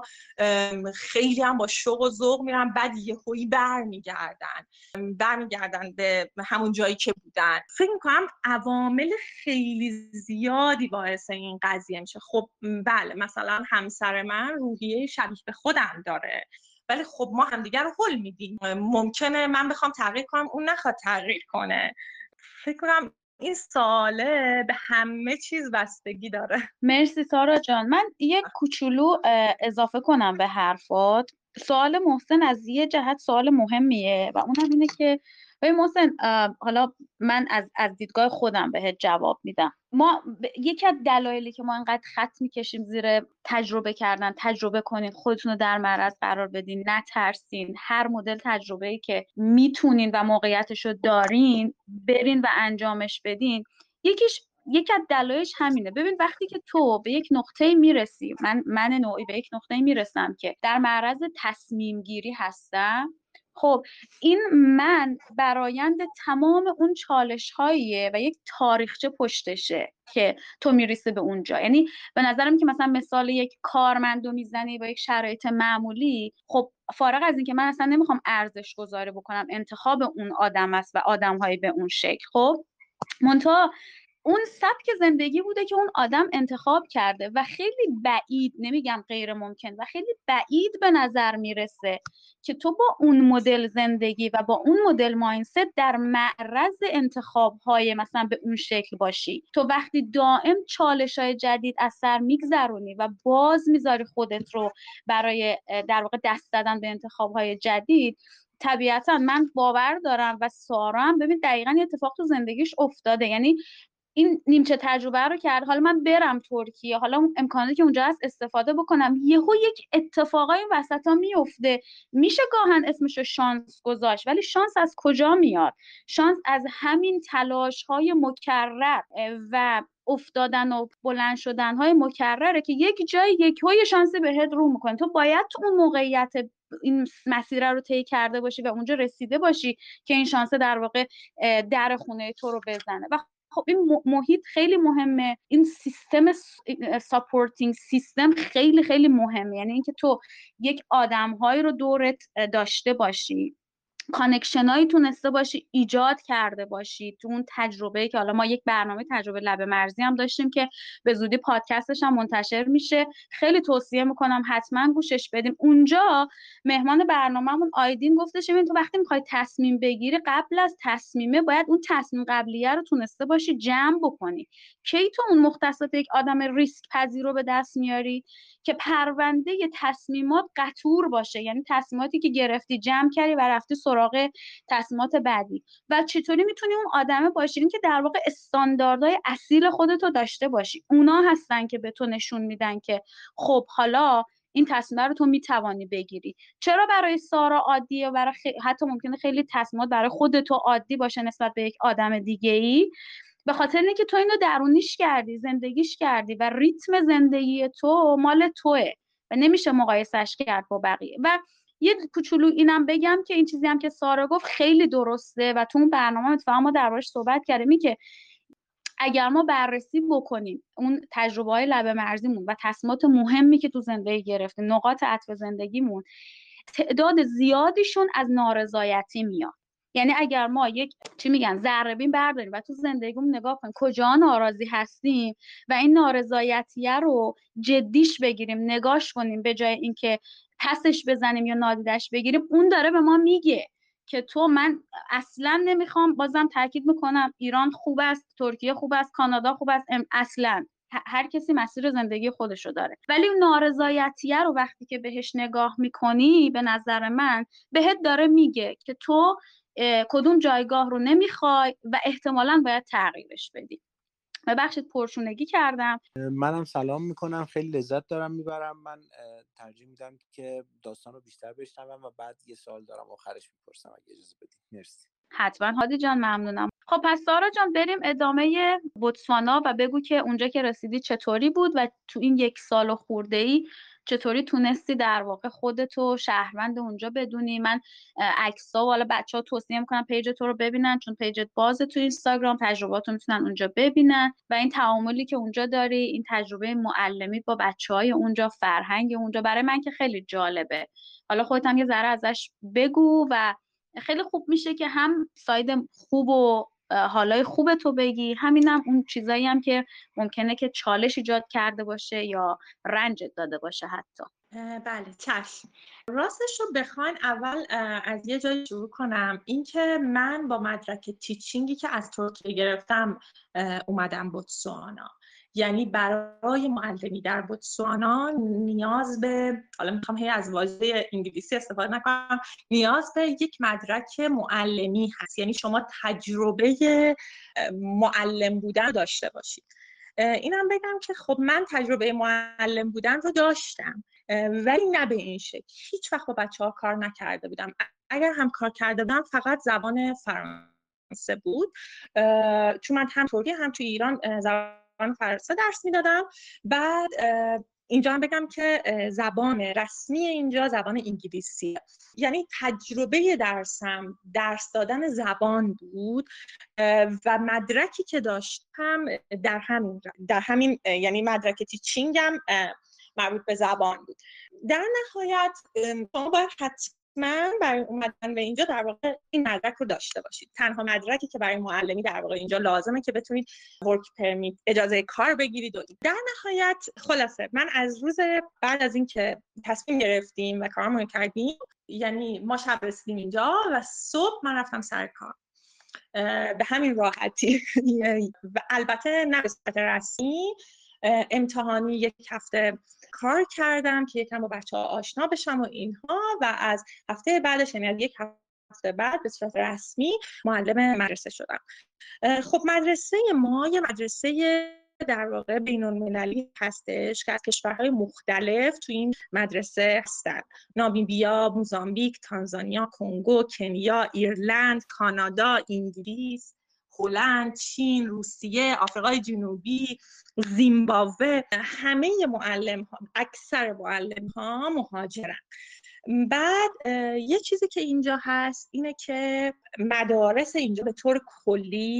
خیلی هم با شوق و ذوق میرن، بعد یهویی برمیگردن برمیگردن به همون جایی که بودن. فکر میکنم عوامل خیلی زیادی باعث این قضیه میشه. خب بله، مثلا همسر من روحیه شبیه به خودم داره، ولی خب ما همدیگر رو حل میدیم. ممکنه من بخوام تغییر کنم، اون نخواد تغییر کنه. فکر کنم این سواله به همه چیز بستگی داره. مرسی سارا جان. من یک کوچولو اضافه کنم به حرفات. سوال محسن از یه جهت سوال مهمیه و اونم اینه که ببین محسن، حالا من از از دیدگاه خودم بهت جواب میدم. ما یکی از دلایلی که ما انقدر خط میکشیم زیر تجربه کردن، تجربه کنین، خودتون رو در معرض قرار بدین، نترسین، هر مدل تجربه‌ای که میتونین و موقعیتشو دارین برین و انجامش بدین، یکیش یکی از دلایلش همینه. ببین وقتی که تو به یک نقطه میرسی، من من نوعی به یک نقطه میرسم که در معرض تصمیم گیری هستم، خب این من برایند تمام اون چالش هاییه و یک تاریخچه پشتشه که تو میرسی به اونجا. یعنی به نظرم که مثلا مثال یک کارمندو میزنی با یک شرایط معمولی، خب فارغ از این که من اصلا نمیخوام ارزش گذاری بکنم، انتخاب اون آدم است و آدم هایی به اون شکل، خب منتها اون سبک زندگی بوده که اون آدم انتخاب کرده و خیلی بعید، نمیگم غیر ممکن، و خیلی بعید به نظر میرسه که تو با اون مدل زندگی و با اون مدل مایندست در معرض انتخاب‌های مثلا به اون شکل باشی. تو وقتی دائم چالش‌های جدید از سر میگذرونی و باز میذاری خودت رو برای در واقع دست زدن به انتخاب‌های جدید، طبیعتا من باور دارم و سارا هم ببین دقیقاً یه اتفاق تو زندگیش افتاده، یعنی این نیمچه تجربه رو کرد، حالا من برم ترکیه، حالا امکاناتی که اونجا هست استفاده بکنم، یهو یک اتفاقای وسطا میفته. میشه گاهن اسمشو شانس گذاشت، ولی شانس از کجا میاد؟ شانس از همین تلاش‌های مکرر و افتادن و بلند شدن های مکرره که یک جای یک های شانسی بهت رو میکنه. تو باید تو اون موقعیت این مسیر رو طی کرده باشی و اونجا رسیده باشی که این شانس در واقع در خونه تو رو بزنه. و خب این محیط خیلی مهمه، این سیستم ساپورتینگ سیستم خیلی خیلی مهمه. یعنی اینکه تو یک آدم‌هایی رو دورت داشته باشی، کانکشن هایی تونسته باشی ایجاد کرده باشی تو اون تجربه که حالا ما یک برنامه تجربه لب مرزی هم داشتیم که به زودی پادکستش هم منتشر میشه، خیلی توصیه میکنم حتما گوشش بدیم. اونجا مهمان برنامه‌مون آیدین گفتش ببین تو وقتی میخوای تصمیم بگیری قبل از تصمیمه باید اون تصمیم قبلیه رو تونسته باشی جمع بکنی. کی تو اون مختصات یک آدم ریسک پذیر رو به دست میاری که پرونده تصمیمات قطور باشه، یعنی تصمیماتی که گرفتی جمع کردی و رفتی سراغ تصمیمات بعدی. و چطوری میتونی اون آدمه باشی که در واقع استانداردهای اصیل خودتو داشته باشی، اونا هستن که به تو نشون میدن که خب حالا این تصمیم رو تو میتوانی بگیری. چرا برای سارا عادیه و برای خی... حتی ممکنه خیلی تصمیمات برای خودتو عادی باشه نسبت به یک آدم دیگه‌ای؟ به خاطر اینکه تو اینو درونیش کردی، زندگیش کردی و ریتم زندگی تو مال توئه و نمیشه مقایسش کرد با بقیه. و یه کوچولو اینم بگم که این چیزی هم که سارا گفت خیلی درسته و تو اون برنامه اتفاقا ما دربارش صحبت کردیم، این که اگر ما بررسی بکنیم اون تجربه‌های لبه مرزیمون و تصمیمات مهمی که تو زندگی گرفتیم، نقاط عطف زندگیمون، تعداد زیادیشون از نارضایتی میاد. یعنی اگر ما یک چی میگن ذره بین برداریم و تو زندگیمون نگاه کنیم کجا ناراضی هستیم و این نارضایتیه رو جدیش بگیریم، نگاش کنیم به جای اینکه پسش بزنیم یا نادیدش بگیریم، اون داره به ما میگه که تو من اصلا نمیخوام، بازم تاکید میکنم ایران خوب است، ترکیه خوب است، کانادا خوب است، اصلا هر کسی مسیر زندگی خودشو داره، ولی اون نارضایتیه رو وقتی که بهش نگاه میکنی به نظر من بهت داره میگه که تو کدوم جایگاه رو نمیخوای و احتمالاً باید تغییرش بدی. ببخشید پرشونگی کردم. منم سلام میکنم، خیلی لذت دارم میبرم. من ترجیح میدم که داستان رو بیشتر بشنوم و بعد یه سوال دارم آخرش میپرسم اگه اجازه بدید. مرسی. حتما هادی جان، ممنونم. خب پس سارا جان بریم ادامه بوتسوانا و بگو که اونجا که رسیدی چطوری بود و تو این یک سال و خورده‌ای چطوری تونستی در واقع خودتو شهروند اونجا بدونی. من عکس‌ها و حالا بچه‌ها توصیه میکنم پیج تو رو ببینن چون پیجت بازه تو اینستاگرام، تجربهاتو میتونن اونجا ببینن و این تعاملی که اونجا داری، این تجربه معلمی با بچه‌های اونجا، فرهنگ اونجا برای من که خیلی جالبه. حالا خودت هم یه ذره ازش بگو و خیلی خوب میشه که هم ساید خوب و حالای خوب تو بگی، همینم اون چیزایی هم که ممکنه که چالش ایجاد کرده باشه یا رنجت داده باشه حتی. بله چشم. راستش رو بخواین اول از یه جایی شروع کنم، اینکه من با مدرک تیچینگی که از ترکیه گرفتم اومدم بوتسوانا. یعنی برای معلمی در بوتسوانا نیاز به، حالا میخوام هی از واژه انگلیسی استفاده نکنم، نیاز به یک مدرک معلمی هست. یعنی شما تجربه معلم بودن داشته باشید. اینم بگم که خب من تجربه معلم بودن رو داشتم ولی نه به این شکل. هیچ وقت با بچه‌ها کار نکرده بودم. اگر هم کار کرده بودم فقط زبان فرانسه بود، چون من هم ترکیه هم تو ایران زبان فرانسه درس میدادم. بعد اینجا هم بگم که زبان رسمی اینجا زبان انگلیسیه. یعنی تجربه درسم درس دادن زبان بود و مدرکی که داشتم در همین در همین یعنی مدرک تیچینگم مربوط به زبان بود. در نهایت شما باید حتما برای اومدن به اینجا در واقع این مدرک رو داشته باشید. تنها مدرکی که برای معلمی در واقع اینجا لازمه که بتونید ورک پرمیت، اجازه کار بگیرید. در نهایت خلاصه من از روز بعد از اینکه تصمیم گرفتیم و کارمون کردیم، یعنی ما شب رسیدیم اینجا و صبح من رفتم سر کار به همین راحتی. و البته نه به صورت رسمی، امتحانی یک هفته کار کردم که یکم با بچه‌ها آشنا بشم و اینها، و از هفته بعدش یعنی از یک هفته بعد به صورت رسمی معلم مدرسه شدم. خب مدرسه ما یه مدرسه در واقع بین‌المللی هستش که از کشورهای مختلف تو این مدرسه هستن: نامیبیا، موزامبیک، تانزانیا، کنگو، کنیا، ایرلند، کانادا، انگلیس، هلند، چین، روسیه، آفریقای جنوبی، زیمبابوه. همه معلم ها، اکثر معلم ها مهاجرن. بعد یه چیزی که اینجا هست اینه که مدارس اینجا به طور کلی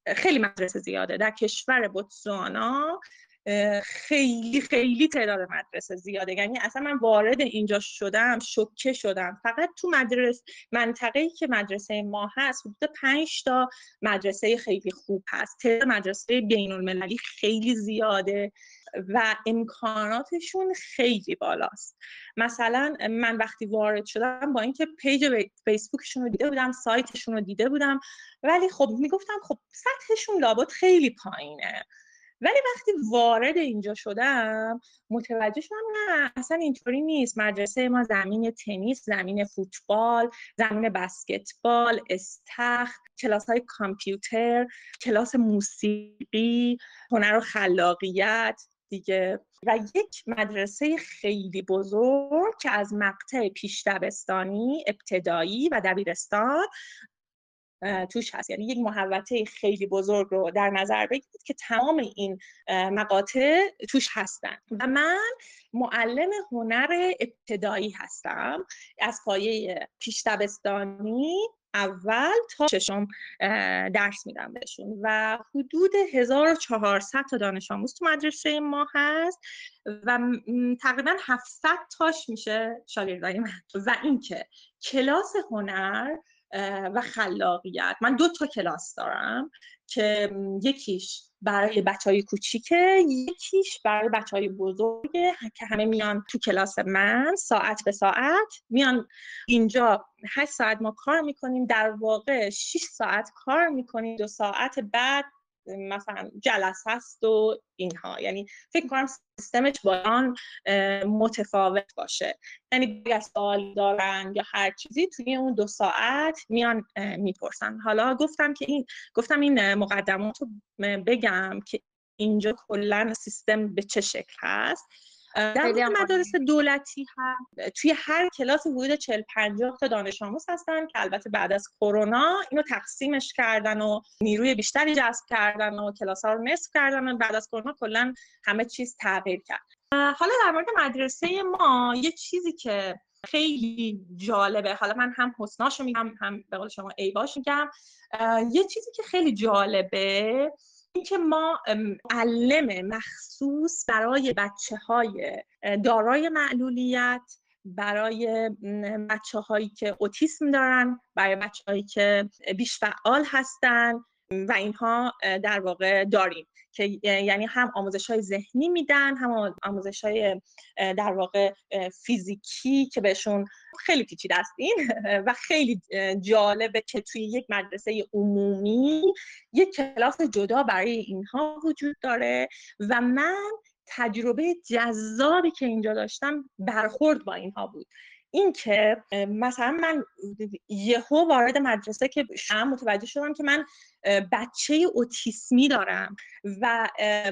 خیلی مدرسه زیاده. در کشور بوتسوانا خیلی خیلی تعداد مدرسه زیاده، یعنی اصلا من وارد اینجا شدم شوکه شدم. فقط تو مدرسه منطقه‌ای که مدرسه ما هست حدود پنج تا مدرسه خیلی خوب هست. تعداد مدرسه بین‌المللی خیلی زیاده و امکاناتشون خیلی بالاست. مثلا من وقتی وارد شدم با اینکه پیج فیسبوکشون رو دیده بودم، سایتشون رو دیده بودم، ولی خب میگفتم خب سطحشون لابد خیلی پایینه. ولی وقتی وارد اینجا شدم متوجه شدم نه اصلا اینطوری نیست. مدرسه ما زمین تنیس، زمین فوتبال، زمین بسکتبال، استخر، کلاس های کامپیوتر، کلاس موسیقی، هنر و خلاقیت دیگه، و یک مدرسه خیلی بزرگ که از مقطع پیش دبستانی، ابتدایی و دبیرستان توش هست. یعنی یک محوطه خیلی بزرگ رو در نظر بگیرید که تمام این مقاطع توش هستن. و من معلم هنر ابتدایی هستم، از پایه پیش دبستانی اول تا ششم درس میدم بهشون و حدود هزار و چهارصد تا دانش آموز تو مدرسه ما هست و تقریبا هفتصد تاش میشه شاگردای من. و اینکه کلاس هنر و خلاقیت، من دو تا کلاس دارم که یکیش برای بچهای کوچیکه، یکیش برای بچهای بزرگه که همه میان تو کلاس من ساعت به ساعت میان اینجا. هشت ساعت ما کار میکنیم، در واقع شش ساعت کار میکنیم، دو ساعت بعد مثلا جلسه است و اینها. یعنی فکر میکنم سیستمش با آن متفاوت باشه، یعنی اگه سوال دارن یا هر چیزی توی اون دو ساعت میان میپرسن. حالا گفتم که این گفتم این مقدمات رو بگم که اینجا کلا سیستم به چه شکل هست. در مدارس دولتی هست توی هر کلاس حدود چهل پنجاه تا دانش آموز هستن که البته بعد از کرونا اینو تقسیمش کردن و نیروی بیشتری جذب کردن و کلاس‌ها رو نصف کردن و بعد از کرونا کلا همه چیز تغییر کرد. حالا در مورد مدرسه ما یه چیزی که خیلی جالبه، حالا من هم حسناشو میگم هم به قول شما عیباش میگم. یه چیزی که خیلی جالبه این که ما معلم مخصوص برای بچه‌های دارای معلولیت، برای بچه‌هایی که اوتیسم دارن، برای بچه‌هایی که بیش فعال هستن و اینها در واقع داریم که یعنی هم آموزش‌های ذهنی میدن، هم آموزش‌های در واقع فیزیکی که بهشون خیلی پیچیده است این و خیلی جالبه که توی یک مدرسه عمومی یک کلاس جدا برای اینها وجود داره. و من تجربه جذابی که اینجا داشتم برخورد با اینها بود. این که مثلا من یهو وارد مدرسه که شدم متوجه شدم که من بچه اوتیسمی دارم و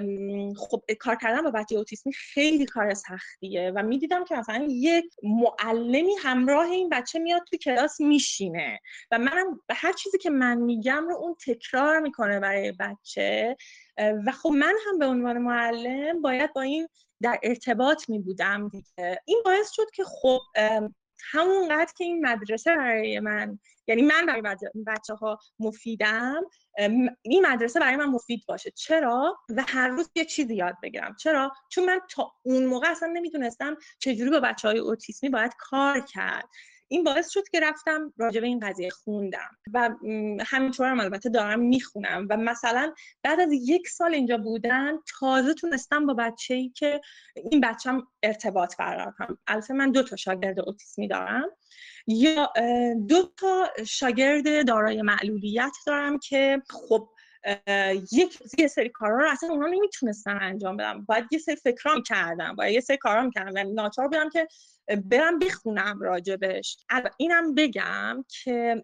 خب کار کردن با بچه اوتیسمی خیلی کار سختیه و میدیدم که مثلا یک معلمی همراه این بچه میاد تو کلاس میشینه و منم هر چیزی که من میگم رو اون تکرار میکنه برای بچه و خب من هم به عنوان معلم باید با این در ارتباط می بودم دیگه. این باعث شد که خب همونقدر که این مدرسه برای من، یعنی من برای بچه ها مفیدم، این مدرسه برای من مفید باشه. چرا؟ و هر روز یه چیزی یاد بگیرم. چرا؟ چون من تا اون موقع اصلا نمیدونستم چجوری با بچه های اوتیسمی باید کار کرد. این باعث شد که رفتم راجع به این قضیه خوندم و همینطور هم البته دارم میخونم و مثلا بعد از یک سال اینجا بودن تازه تونستم با بچه‌ای که این بچه‌م ارتباط برقرار کنم. البته من دو تا شاگرد اوتیسمی دارم، یا دو تا شاگرد دارای معلولیت دارم که خب یک یه سری کارا رو اصلا اونا نمیتونستن انجام بدم، باید یه سری فکرام کردم، باید یه سری کارا میکردم و ناچار بودم که برم بخونم راجبش. اینم بگم که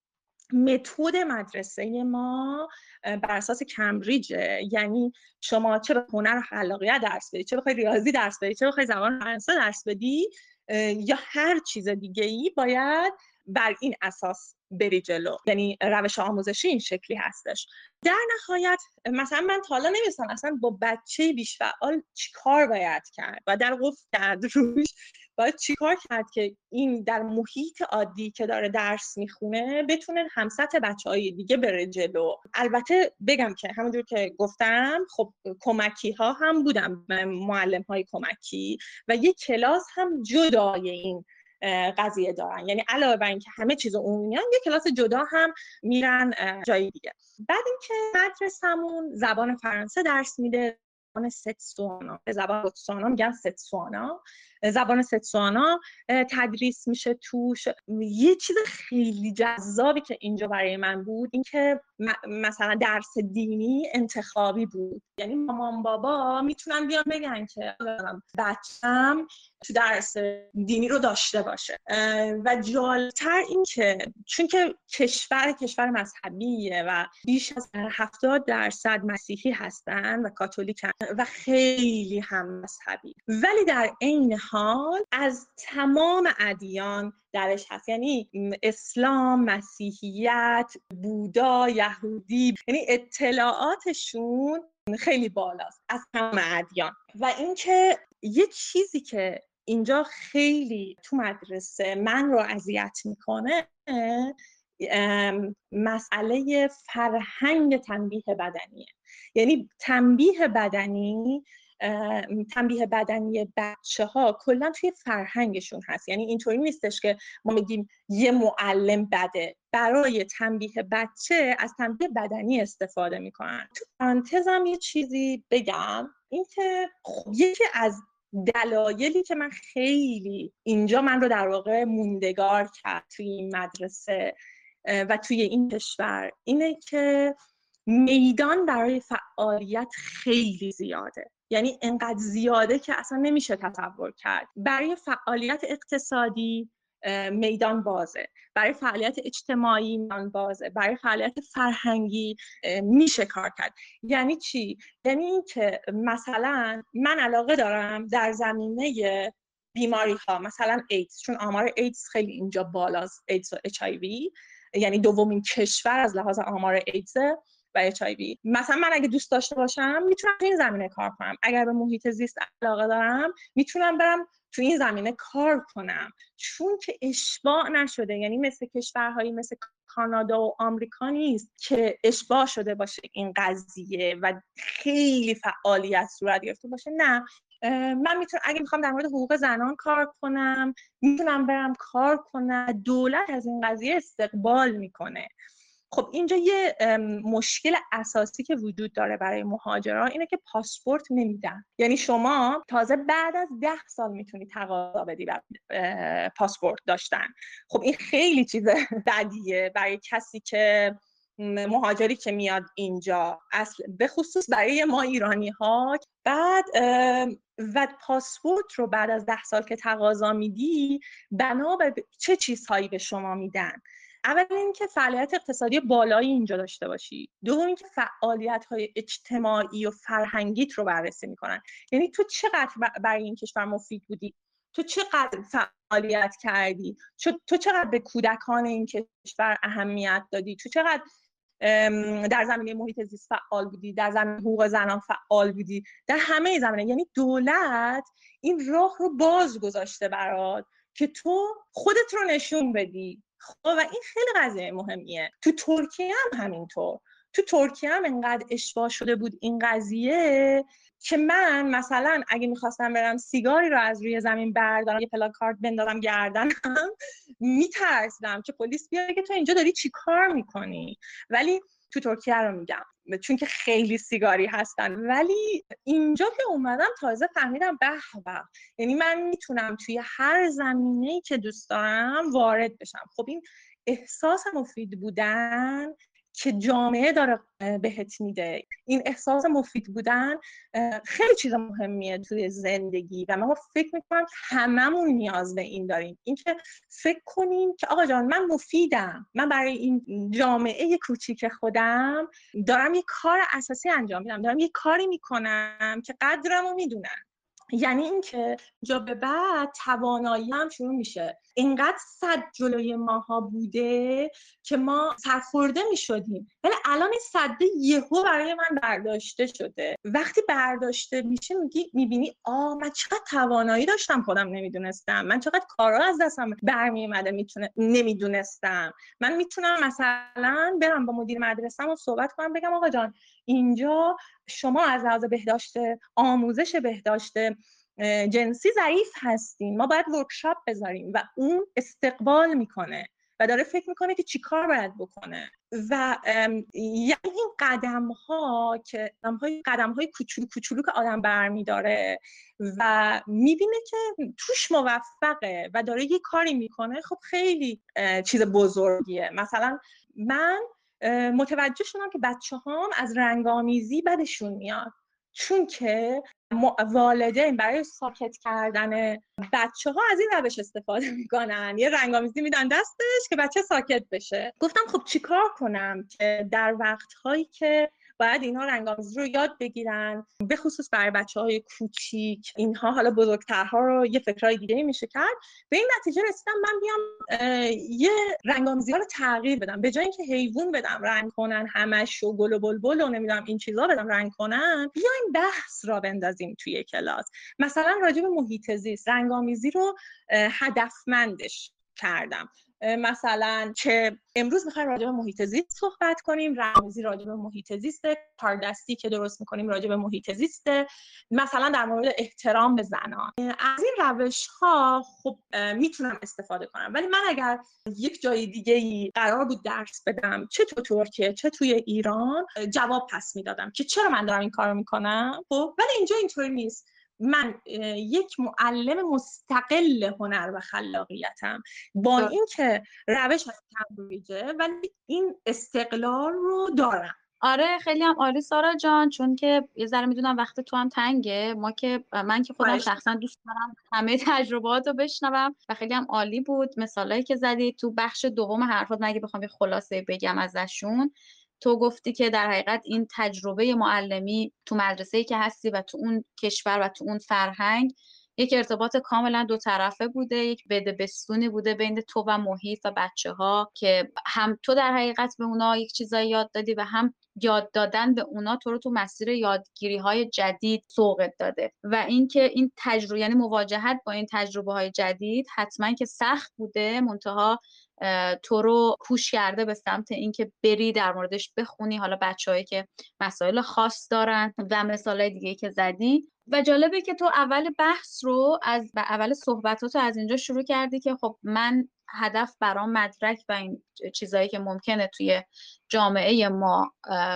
متد مدرسه ما بر اساس کمبریجه، یعنی شما چه به هنر و خلاقیت درس بدی، چه بخوای ریاضی درس بدی، چه بخوای زبان فرانسه درس بدی یا هر چیز دیگه ای باید بر این اساس بری جلو. یعنی روش آموزشی این شکلی هستش. در نهایت مثلا من تا حالا نمی‌دونستم اصلا با بچه بیش فعال چی کار باید کرد و در قفل کرد روش باید چیکار کرد که این در محیط عادی که داره درس میخونه بتونه همسط بچه‌های دیگه بره جلو. البته بگم که همونجور که گفتم خب کمکی ها هم بودن، معلم های کمکی، و یک کلاس هم جدای این قضیه دارن، یعنی علاوه بر اینکه همه چیز عمومیان یک کلاس جدا هم میرن جای دیگه. بعد اینکه مدرسمون زبان فرانسه درس میده، زبان ستسوانا، به زبان بوتسوانا میگن ستسوانا، زبان ستسوانا تدریس میشه توش. یه چیز خیلی جذابی که اینجا برای من بود این که مثلا درس دینی انتخابی بود، یعنی مامان بابا میتونن بیان بگن که بچه‌م تو درس دینی رو داشته باشه. و جالب‌تر این که چون که کشور کشور مذهبیه و بیش از هفتاد درصد مسیحی هستن و کاتولیکن و خیلی هم مذهبی، ولی در عین حال از تمام ادیان درش هست، یعنی اسلام، مسیحیت، بودا، یهودی، یعنی اطلاعاتشون خیلی بالاست از تمام ادیان. و اینکه یه چیزی که اینجا خیلی تو مدرسه من رو اذیت میکنه مسئله فرهنگ تنبیه بدنیه. یعنی تنبیه بدنی تنبیه بدنی بچه ها کلا توی فرهنگشون هست، یعنی اینطوری نیستش که ما میگیم یه معلم بده، برای تنبیه بچه از تنبیه بدنی استفاده میکنن. تو پرانتزم یه چیزی بگم، این که خب یکی از دلایلی که من خیلی اینجا من رو در واقع موندگار کرد توی این مدرسه و توی این کشور اینه که میدان برای فعالیت خیلی زیاده، یعنی انقدر زیاده که اصلا نمیشه تصور کرد. برای فعالیت اقتصادی میدان بازه، برای فعالیت اجتماعی میدان بازه، برای فعالیت فرهنگی میشه کار کرد. یعنی چی؟ یعنی این که مثلا من علاقه دارم در زمینه بیماری ها، مثلا ایدز، چون آمار ایدز خیلی اینجا بالاست، ایدز و اچ آی وی، یعنی دومین کشور از لحاظ آمار ایدز و اچ آی وی. مثلا من اگه دوست داشته باشم میتونم تو این زمینه کار کنم، اگر به محیط زیست علاقه دارم میتونم برم تو این زمینه کار کنم، چون که اشباع نشده. یعنی مثل کشورهایی مثل کانادا و آمریکا نیست که اشباع شده باشه این قضیه و خیلی فعالیت صورت گرفته باشه. نه، من میتونم اگه میخوام در مورد حقوق زنان کار کنم میتونم برم کار کنم. دولت از این قضیه استقبال میکنه. خب اینجا یه مشکل اساسی که وجود داره برای مهاجران اینه که پاسپورت نمیدن. یعنی شما تازه بعد از ده سال میتونی تقاضا بدی برای پاسپورت داشتن. خب این خیلی چیز بدیه برای کسی که مهاجری که میاد اینجا، اصل به خصوص برای ما ایرانی ها. بعد و پاسپورت رو بعد از ده سال که تقاضا میدی بنا به چه چیزهایی به شما میدن؟ اول اینکه فعالیت اقتصادی بالایی اینجا داشته باشی، دوم اینکه فعالیت‌های اجتماعی و فرهنگیت رو بررسی میکنن. یعنی تو چقدر برای این کشور مفید بودی، تو چقدر فعالیت کردی، تو چقدر به کودکان این کشور اهمیت دادی، تو چقدر در زمینه محیط زیست فعال بودی، در زمینه حقوق زنان فعال بودی، در همه زمینه. یعنی دولت این راه رو باز گذاشته برات که تو خودت رو نشون بدی. خب و این خیلی قضیه مهمیه. تو ترکیه هم همینطور. تو ترکیه هم انقدر اشباع شده بود این قضیه که من مثلا اگه میخواستم برم سیگاری رو از روی زمین بردارم یه پلاکارد بندازم گردنم میترسیدم که پلیس بیاد که تو اینجا داری چی کار میکنی. ولی تو ترکیه رو میگم چون که خیلی سیگاری هستن. ولی اینجا که اومدم تازه فهمیدم به به، یعنی من میتونم توی هر زمینه‌ای که دوست دارم وارد بشم. خب این احساس مفید بودن که جامعه داره بهت میده، این احساس مفید بودن خیلی چیز مهمیه توی زندگی و من فکر میکنم که هممون نیاز به این داریم. این که فکر کنیم که آقا جان من مفیدم، من برای این جامعه کوچیک خودم دارم یه کار اساسی انجام میدم، دارم یه کاری میکنم که قدرمو میدونن. یعنی اینکه جا به بعد توانایی هم شروع میشه. اینقدر صد جلوی ماها بوده که ما سرخورده میشدیم، ولی الان این صده یهو برای من برداشته شده. وقتی برداشته میشه میگی میبینی آه من چقدر توانایی داشتم خودم نمیدونستم، من چقدر کارا از دستم برمیومده میتونه نمیدونستم. من میتونم مثلا برم با مدیر مدرسه‌م و صحبت کنم بگم آقا جان اینجا شما از لحاظ بهداشت آموزش بهداشت جنسی ضعیف هستین، ما باید ورکشاپ بذاریم و اون استقبال میکنه و داره فکر میکنه که چی کار باید بکنه. و یعنی این قدم ها که قدم های کوچولو کوچولو که آدم برمیداره و میبینه که توش موفقه و داره یه کاری میکنه، خب خیلی چیز بزرگیه. مثلا من متوجه شدم که بچه هام از رنگامیزی بدشون میاد، چون که والدین برای ساکت کردن بچه ها از این روش استفاده میکنن، یه رنگامیزی میدن دستش که بچه ساکت بشه. گفتم خب چیکار کنم که در وقتهایی که باید اینها رنگامیزی رو یاد بگیرن، به خصوص برای بچه‌های کوچیک، اینها حالا بزرگترها رو یه فکرای دیگه میشه کرد. به این نتیجه رسیدم من بیام یه رنگامیزی ها رو تغییر بدم، به جای اینکه حیوان بدم رنگ کنن همش و گل و بلبل و نمیدونم این چیزا بدم رنگ کنن، بیایم بحث را بندازیم توی کلاس. مثلا راجع به محیط زیست رنگامیزی رو هدفمندش کردم. مثلا که امروز میخوایم راجع به محیط زیست صحبت کنیم، رنگامیزی راجع به محیط زیسته، کاردستی که درست میکنیم راجع به محیط زیسته، مثلا در مورد احترام به زنان. از این روش ها خب میتونم استفاده کنم، ولی من اگر یک جای دیگه ای قرار بود درس بدم، چه تو ترکیه چه توی ایران، جواب پس میدادم که چرا من دارم این کارو میکنم. خب ولی اینجا اینطوری نیست. من یک معلم مستقل هنر و خلاقیتم، با اینکه روش تدریجه ولی این استقلال رو دارم. آره خیلی هم عالی سارا جان، چون که یه ذره میدونم وقت تو هم تنگه. ما که من که خودم شخصا دوست دارم همه تجربهات رو بشنوم و خیلی هم عالی بود مثالایی که زدی تو بخش دوم حرفات. من اگه بخوام یه خلاصه بگم ازشون، تو گفتی که در حقیقت این تجربه معلمی تو مدرسه‌ای که هستی و تو اون کشور و تو اون فرهنگ یک ارتباط کاملا دو طرفه بوده، یک بده بستونی بوده بین تو و محیط و بچه‌ها، که هم تو در حقیقت به اونا یک چیزایی یاد دادی و هم یاد دادن به اونا تو رو تو مسیر یادگیری‌های جدید سوقت داده. و اینکه این تجربه یعنی مواجهت با این تجربه‌های جدید حتما که سخت بوده، منتها تو رو پوش کرده به سمت اینکه بری در موردش بخونی، حالا بچه‌هایی که مسائل خاص دارن و مثالای دیگه که زدی. و جالبه که تو اول بحث رو از اول صحبتاتو از اینجا شروع کردی که خب من هدف برام مدرک و این چیزایی که ممکنه توی جامعه ما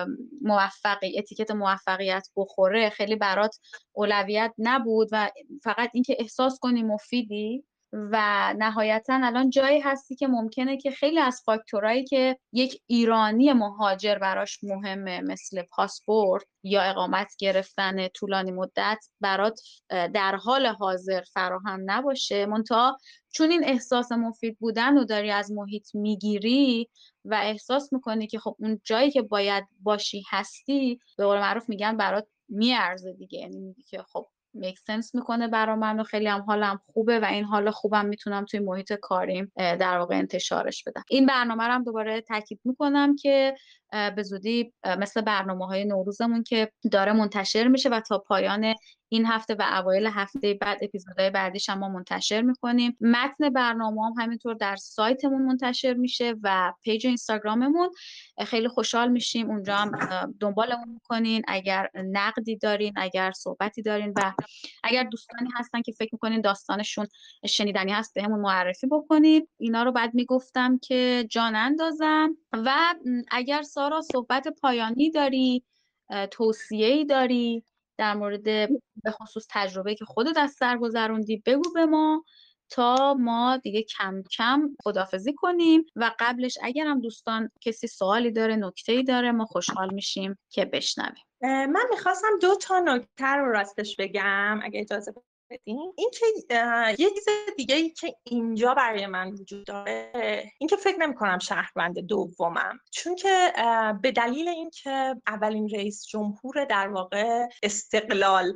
موفقی اتیکت موفقیت بخوره خیلی برات اولویت نبود و فقط اینکه احساس کنی مفیدی. و نهایتا الان جایی هستی که ممکنه که خیلی از فاکتورایی که یک ایرانی مهاجر براش مهمه، مثل پاسپورت یا اقامت گرفتن طولانی مدت، برات در حال حاضر فراهم نباشه. منتها چون این احساس مفید بودن رو داری از محیط میگیری و احساس میکنی که خب اون جایی که باید باشی هستی، به قول معروف میگن برات میارزه دیگه. یعنی میگی که خب میک سنس میکنه برای من و خیلی هم حالم خوبه و این حال خوبم میتونم توی محیط کاریم در واقع انتشارش بدم. این برنامه رو هم دوباره تاکید میکنم که به زودی مثل برنامه‌های نوروزمون که داره منتشر میشه و تا پایان این هفته و اوایل هفته بعد اپیزودهای بعدیش هم ما منتشر میکنیم. متن برنامه هم همینطور در سایتمون منتشر میشه و پیج اینستاگراممون. خیلی خوشحال میشیم اونجا هم دنبالمون میکنین. اگر نقدی دارین، اگر صحبتی دارین و اگر دوستانی هستن که فکر میکنین داستانشون شنیدنی هست بهمون معرفی بکنید. اینا رو بعد میگفتم که جان اندازم. و اگر سارا صحبت پایانی داری، توصیه‌ای داری در مورد به خصوص تجربه‌ای که خودت از سر گذروندی، بگو به ما تا ما دیگه کم کم خداحافظی کنیم. و قبلش اگرم دوستان کسی سوالی داره، نکته‌ای داره، ما خوشحال میشیم که بشنویم. من میخواستم دو تا نکته رو راستش بگم اگه اجازه بدین. این که یه چیز دیگه ای که اینجا برای من وجود داره، این که فکر نمی کنم شهروند دومم، چون که به دلیل این که اولین رئیس جمهور در واقع استقلال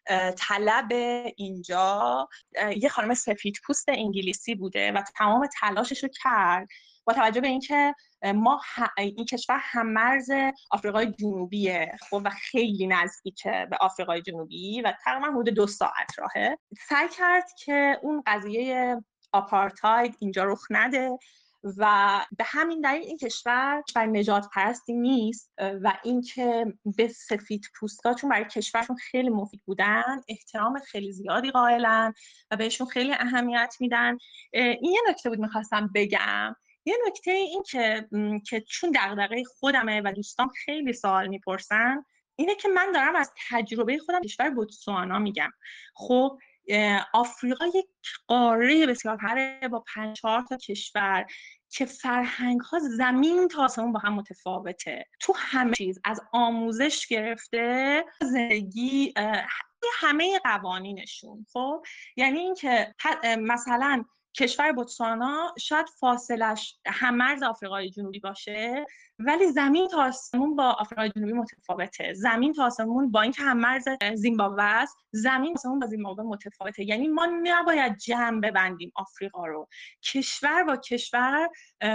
طلب اینجا یه خانم سفید پوست انگلیسی بوده و تمام تلاشش رو کرد با توجه به اینکه ما این کشور هم‌مرز آفریقای جنوبیه خب و خیلی نزدیکه به آفریقای جنوبی و تقریبا حدود دو ساعت راهه، سعی کرد که اون قضیه آپارتاید اینجا رخ نده و به همین دلیل این کشور کشور نجات پرستی نیست و اینکه به سفید پوستا چون برای کشورشون خیلی مفید بودن احترام خیلی زیادی قائلن و بهشون خیلی اهمیت میدن. این یه نکته بود میخواستم بگم. یه نکته این که که چون دغدغه خودمه و دوستان خیلی سوال میپرسن اینه که من دارم از تجربه خودم کشور بوتسوانا میگم. خب آفریقا یک قاره بسیار پره با پنج چهار تا کشور که فرهنگ ها زمین تا آسمون با هم متفاوته تو همه چیز، از آموزش گرفته زندگی، همه قوانینشون. خب یعنی اینکه مثلا کشور بوتسوانا شاید فاصلش هم‌مرز آفریقای جنوبی باشه ولی زمین تا آسمون با آفریقای جنوبی متفاوته. زمین تا آسمون با اینکه هم‌مرز زیمبابوه است، زمین تا آسمون با زیمبابوه متفاوته. یعنی ما نباید جمع ببندیم آفریقا رو. کشور با کشور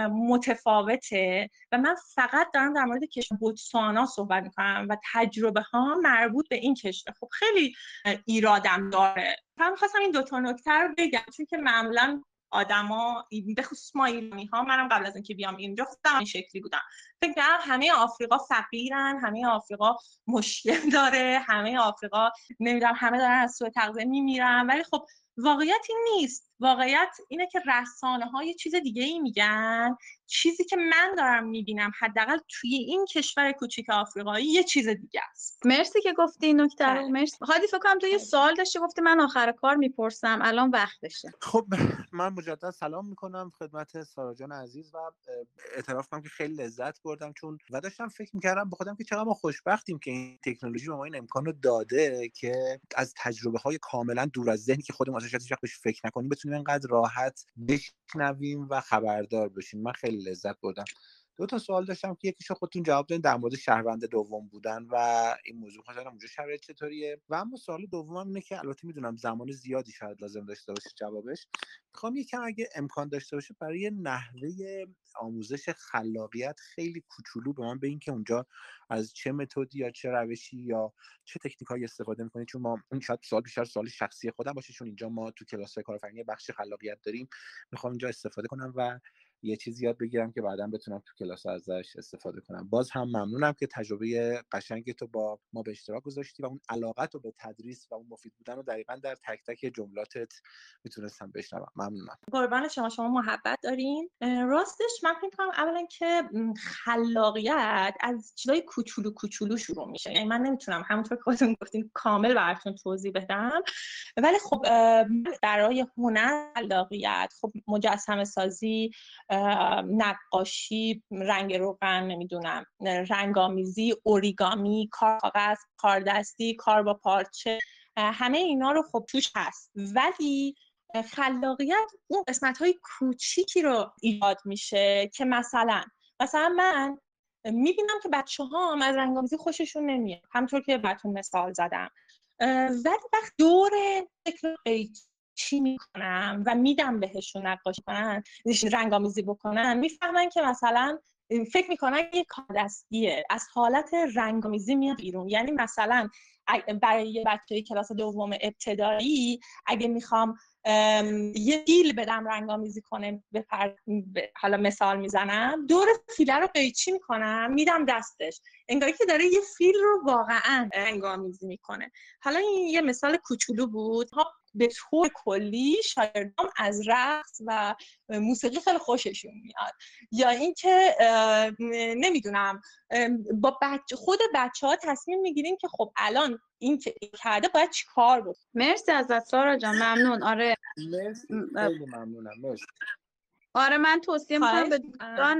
متفاوته و من فقط دارم در مورد کشور بوتسوانا صحبت می‌کنم و تجربه ها مربوط به این کشور. خب خیلی ایرادم داره. من می‌خواستم این دو تا نکته رو بگم چون که معمولاً آدما به خصوص ما ایرانی ها، منم قبل از اینکه بیام اینجا خودم این شکلی بودم، فکر کنم همه آفریقا فقیرن، همه آفریقا مشکل داره، همه آفریقا نمیدونم همه دارن از سوء تغذیه میمیرن، ولی خب واقعیتی نیست. واقعیت اینه که رسانه ها یه چیز دیگه ای میگن، چیزی که من دارم میبینم حداقل توی این کشور کوچیک آفریقایی یه چیز دیگه است. مرسی که گفتی این نکته رو. مرسی. هادی فکر کنم تو یه سوال داشتی، گفتی من آخر کار میپرسم، الان وقتشه. خب من مجدد سلام میکنم خدمت سارا جان عزیز و اعتراف کنم که خیلی لذت بردم چون و داشتم فکر میکردم به خودم که چقدر ما خوشبختیم که این تکنولوژی به ما این امکان رو داده که از تجربه های کاملا دور از ذهنی که خودمون ازش هیچ وقت بهش فکر نکنیم بتونیم اینقدر راحت بشنویم و خبردار بشیم. من خیلی لذت بردم. دو تا سوال داشتم که یکیشو خودتون جواب دادین در مورد شهروند دوم بودن و این موضوع خواستم اونجا شرایط چطوریه و اما سوال دومم اینه که البته میدونم زمان زیادی شاید لازم داشته باشه جوابش، میخوام یکم اگه امکان داشته باشه برای نحوه آموزش خلاقیت خیلی کوچولو به من بگین که اونجا از چه متدی یا چه روشی یا چه تکنیکایی استفاده میکنید، چون ما این شاید سوال بیشتر سوال شخصی خودم باشه چون اینجا ما تو کلاس‌های کارآفرینی بخش خلاقیت داریم، میخوام اینجا استفاده کنم و یه چیزی یاد بگیرم که بعداً بتونم تو کلاس ازش استفاده کنم. باز هم ممنونم که تجربه قشنگی تو با ما به اشتراک گذاشتی و اون علاقت رو به تدریس و اون مفید بودن رو دقیقاً در تک تک جملاتت میتونستم بشنوم. ممنونم. قربان شما، شما محبت دارین. راستش من فکر می‌کنم اولا که خلاقیت از چیزای کوچولو کوچولو شروع میشه. یعنی من نمیتونم همونطور که خودتون گفتین کامل براتون توضیح بدم، ولی خب برای هنر خلاقیت، خب مجسمه سازی، نقاشی، رنگ روغن، نمیدونم رنگامیزی، اوریگامی، کار کاغذ، کار دستی، کار با پارچه، همه اینا رو خب توش هست. ولی خلاقیت اون قسمت‌های کوچیکی رو ایجاد میشه که مثلا مثلا من میبینم که بچه‌ها از رنگامیزی خوششون نمیاد، همونطور که براتون مثال زدم، ولی وقت دور فکر چی میکنم و میدم بهشون نقاشی کنن، رنگامیزی بکنن، میفهمن که مثلا فکر میکنن یه کار دستیه، از حالت رنگامیزی میاد بیرون. یعنی مثلا برای یه بچه کلاس دوم ابتدایی اگه میخوام یه فیل بدم رنگامیزی کنه، بپر... حالا مثال میزنم، دور فیله رو قیچی میکنم میدم دستش، انگاری که داره یه فیل رو واقعا رنگامیزی میکنه. حالا این یه مثال کوچولو بود. به طور کلی شاگردام از رقص و موسیقی خیلی خوششون میاد، یا اینکه نمیدونم با بچه خود بچه‌ها تصمیم میگیریم که خب الان این که کرده باید چی کار بکنه. مرسی ازت سارا جان، ممنون. آره مرسی، خیلی ممنونم. مرسی. آره من توصیه میکنم به دوستان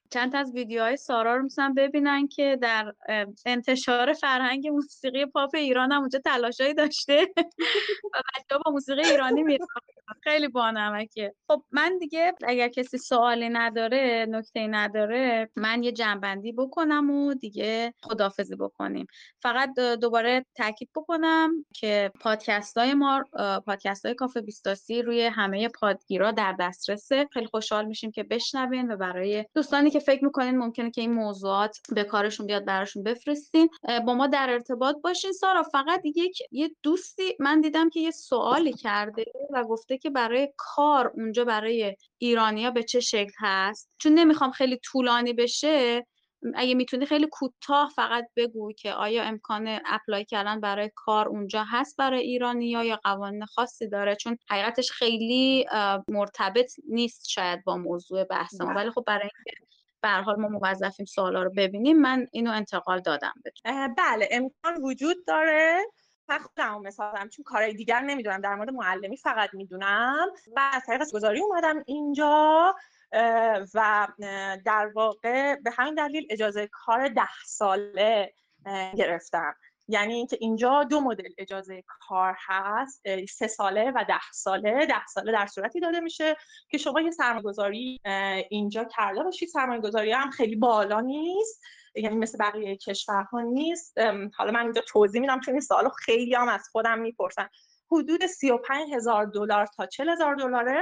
چند تا از ویدیوهای سارا رو میتونن ببینن که در انتشار فرهنگ موسیقی پاپ ایران هم اونجا تلاشایی داشته و بچه‌ها با موسیقی ایرانی میرن. خیلی بانمکه. خب من دیگه اگر کسی سوالی نداره، نکته‌ای نداره، من یه جنبندی بکنم و دیگه خداحافظی بکنیم. فقط دوباره تاکید بکنم که پادکست‌های ما، پادکست‌های کافه بیستاسی روی همه پادگیرا در دسترسه. خیلی خوشحال میشیم که بشنوین و برای دوستانی که فکر میکنین ممکنه که این موضوعات به کارشون بیاد براشون بفرستین. با ما در ارتباط باشین. سارا فقط یک یه دوستی من دیدم که یه سوالی کرده و گفته که برای کار اونجا برای ایرانیا به چه شکل هست. چون نمیخوام خیلی طولانی بشه، اگه میتونی خیلی کوتاه فقط بگو که آیا امکان اپلای کردن برای کار اونجا هست برای ایرانیا یا قوانین خاصی داره، چون حقیقتش خیلی مرتبط نیست شاید با موضوع بحث ما، ولی خب برای اینکه به هر حال ما موظفیم سوالا رو ببینیم من اینو انتقال دادم بهتون. بله امکان وجود داره. من خودم مثلا چون کارهای دیگر نمیدونم، در مورد معلمی فقط میدونم و از طریق گذاری اومدم اینجا و در واقع به همین دلیل اجازه کار ده ساله گرفتم. یعنی اینکه اینجا دو مدل اجازه کار هست، سه ساله و ده ساله. ده ساله در صورتی داده میشه که شما یه سرمایه‌گذاری اینجا کرده باشید. سرمایه‌گذاری هم خیلی بالا نیست، یعنی مثل بقیه کشورها نیست. حالا من اینجا توضیح میدم چون این سوالو خیلی هم از خودم میپرسن. حدود سی و پنج هزار دلار تا چهل هزار دلاره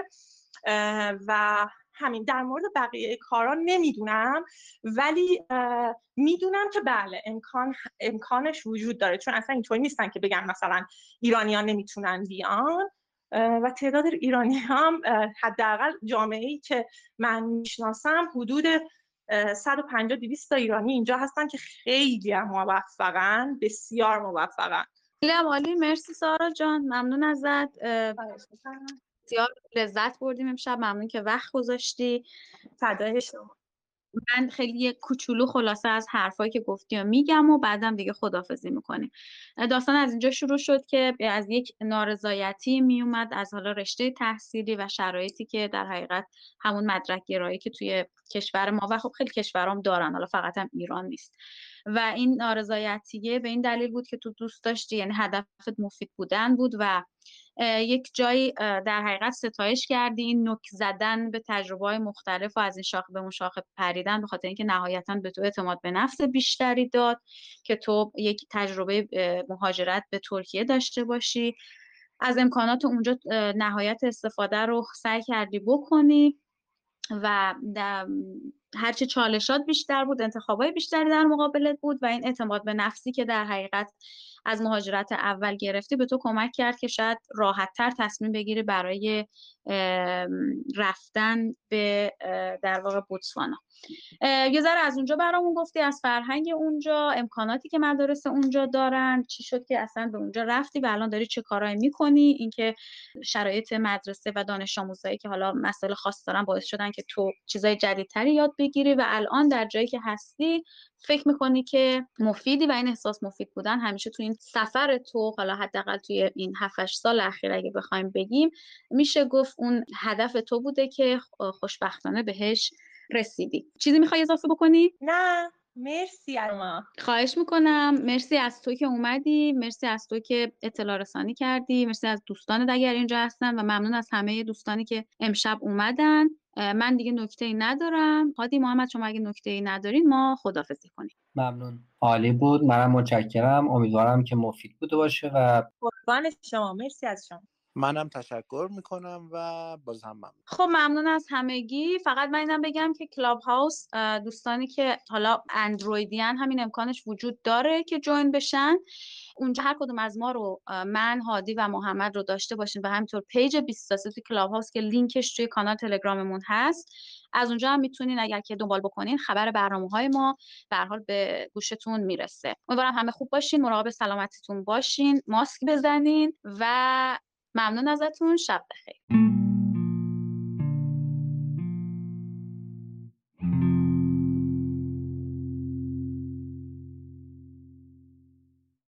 و همین. در مورد بقیه کارا نمیدونم، ولی میدونم که بله امکان امکانش وجود داره، چون اصلا اینطوری نیستن که بگن مثلا ایرانیان نمیتونن بیان و تعداد ایرانی هم حداقل جامعه‌ای که من میشناسم حدود صد و پنجاه دویست تا ایرانی اینجا هستن که خیلی هم موفقن، بسیار موفقن. خیلی عالی. مرسی سارا جان، ممنون ازت. بسیار لذت بردیم امشب. ممنون که وقت گذاشتی. فدای شما. من خیلی یک کوچولو خلاصه از حرفایی که گفتی و میگم و بعدم دیگه خداحافظی میکنیم. داستان از اینجا شروع شد که از یک نارضایتی میومد از حالا رشته تحصیلی و شرایطی که در حقیقت همون مدرک گرایی که توی کشور ما و خب خیلی کشورام دارن، حالا فقط هم ایران نیست، و این نارضایتیه به این دلیل بود که تو دوست داشتی، یعنی هدفت مفید بودن بود و یک جایی در حقیقت ستایش کردی این نوک زدن به تجربه‌های مختلف و از این شاخه به اون شاخه پریدن، به خاطر اینکه نهایتاً به تو اعتماد به نفس بیشتری داد که تو یک تجربه مهاجرت به ترکیه داشته باشی. از امکانات اونجا نهایت استفاده رو سعی کردی بکنی و هرچه چالشات بیشتر بود انتخابای بیشتری در مقابلت بود و این اعتماد به نفسی که در حقیقت از مهاجرت اول گرفتی به تو کمک کرد که شاید راحت‌تر تصمیم بگیری برای رفتن به در واقع بوتسوانا. یه ذره از اونجا برامون گفتی، از فرهنگ اونجا، امکاناتی که مدارس اونجا دارن، چی شد که اصلا به اونجا رفتی و الان داری چه کارایی میکنی، اینکه شرایط مدرسه و دانش آموزایی که حالا مسائل خاص دارن باعث شدن که تو چیزای جدیدتری یاد بگیری و الان در جایی که هستی فکر میکنی که مفیدی و این احساس مفید بودن همیشه تو این سفر تو، حالا حداقل توی این هفت هشت سال اخیر اگه بخوایم بگیم، میشه گفت اون هدف تو بوده که خوشبختانه بهش رسیدی. چیزی میخوای اضافه بکنی؟ نه مرسی از ما. خواهش میکنم. مرسی از تو که اومدی، مرسی از تو که اطلاع رسانی کردی، مرسی از دوستان اگر اینجا هستن و ممنون از همه دوستانی که امشب اومدن. من دیگه نکته‌ای ندارم. هادی محمد شما اگه نکته‌ای ندارین ما خداحافظی کنیم. ممنون، عالی بود، منم متشکرم، امیدوارم که مفید بوده باشه و قربان شما. مرسی از شما. منم تشکر میکنم و باز هم ممنون. خب ممنون از همگی. فقط من اینم بگم که کلاب هاوس دوستانی که حالا اندرویدیان همین امکانش وجود داره که جوین بشن. اونجا هر کدوم از ما رو، من، هادی و محمد رو داشته باشین و همینطور پیج بیستاسی تو کلاب هاوس که لینکش توی کانال تلگراممون هست، از اونجا هم میتونین اگر که دنبال بکنین خبر برنامه‌های ما به هر حال به گوشتون میرسه. امیدوارم همه خوب باشین، مراقب سلامتیتون باشین، ماسک بزنین و ممنون ازتون. شب بخیر.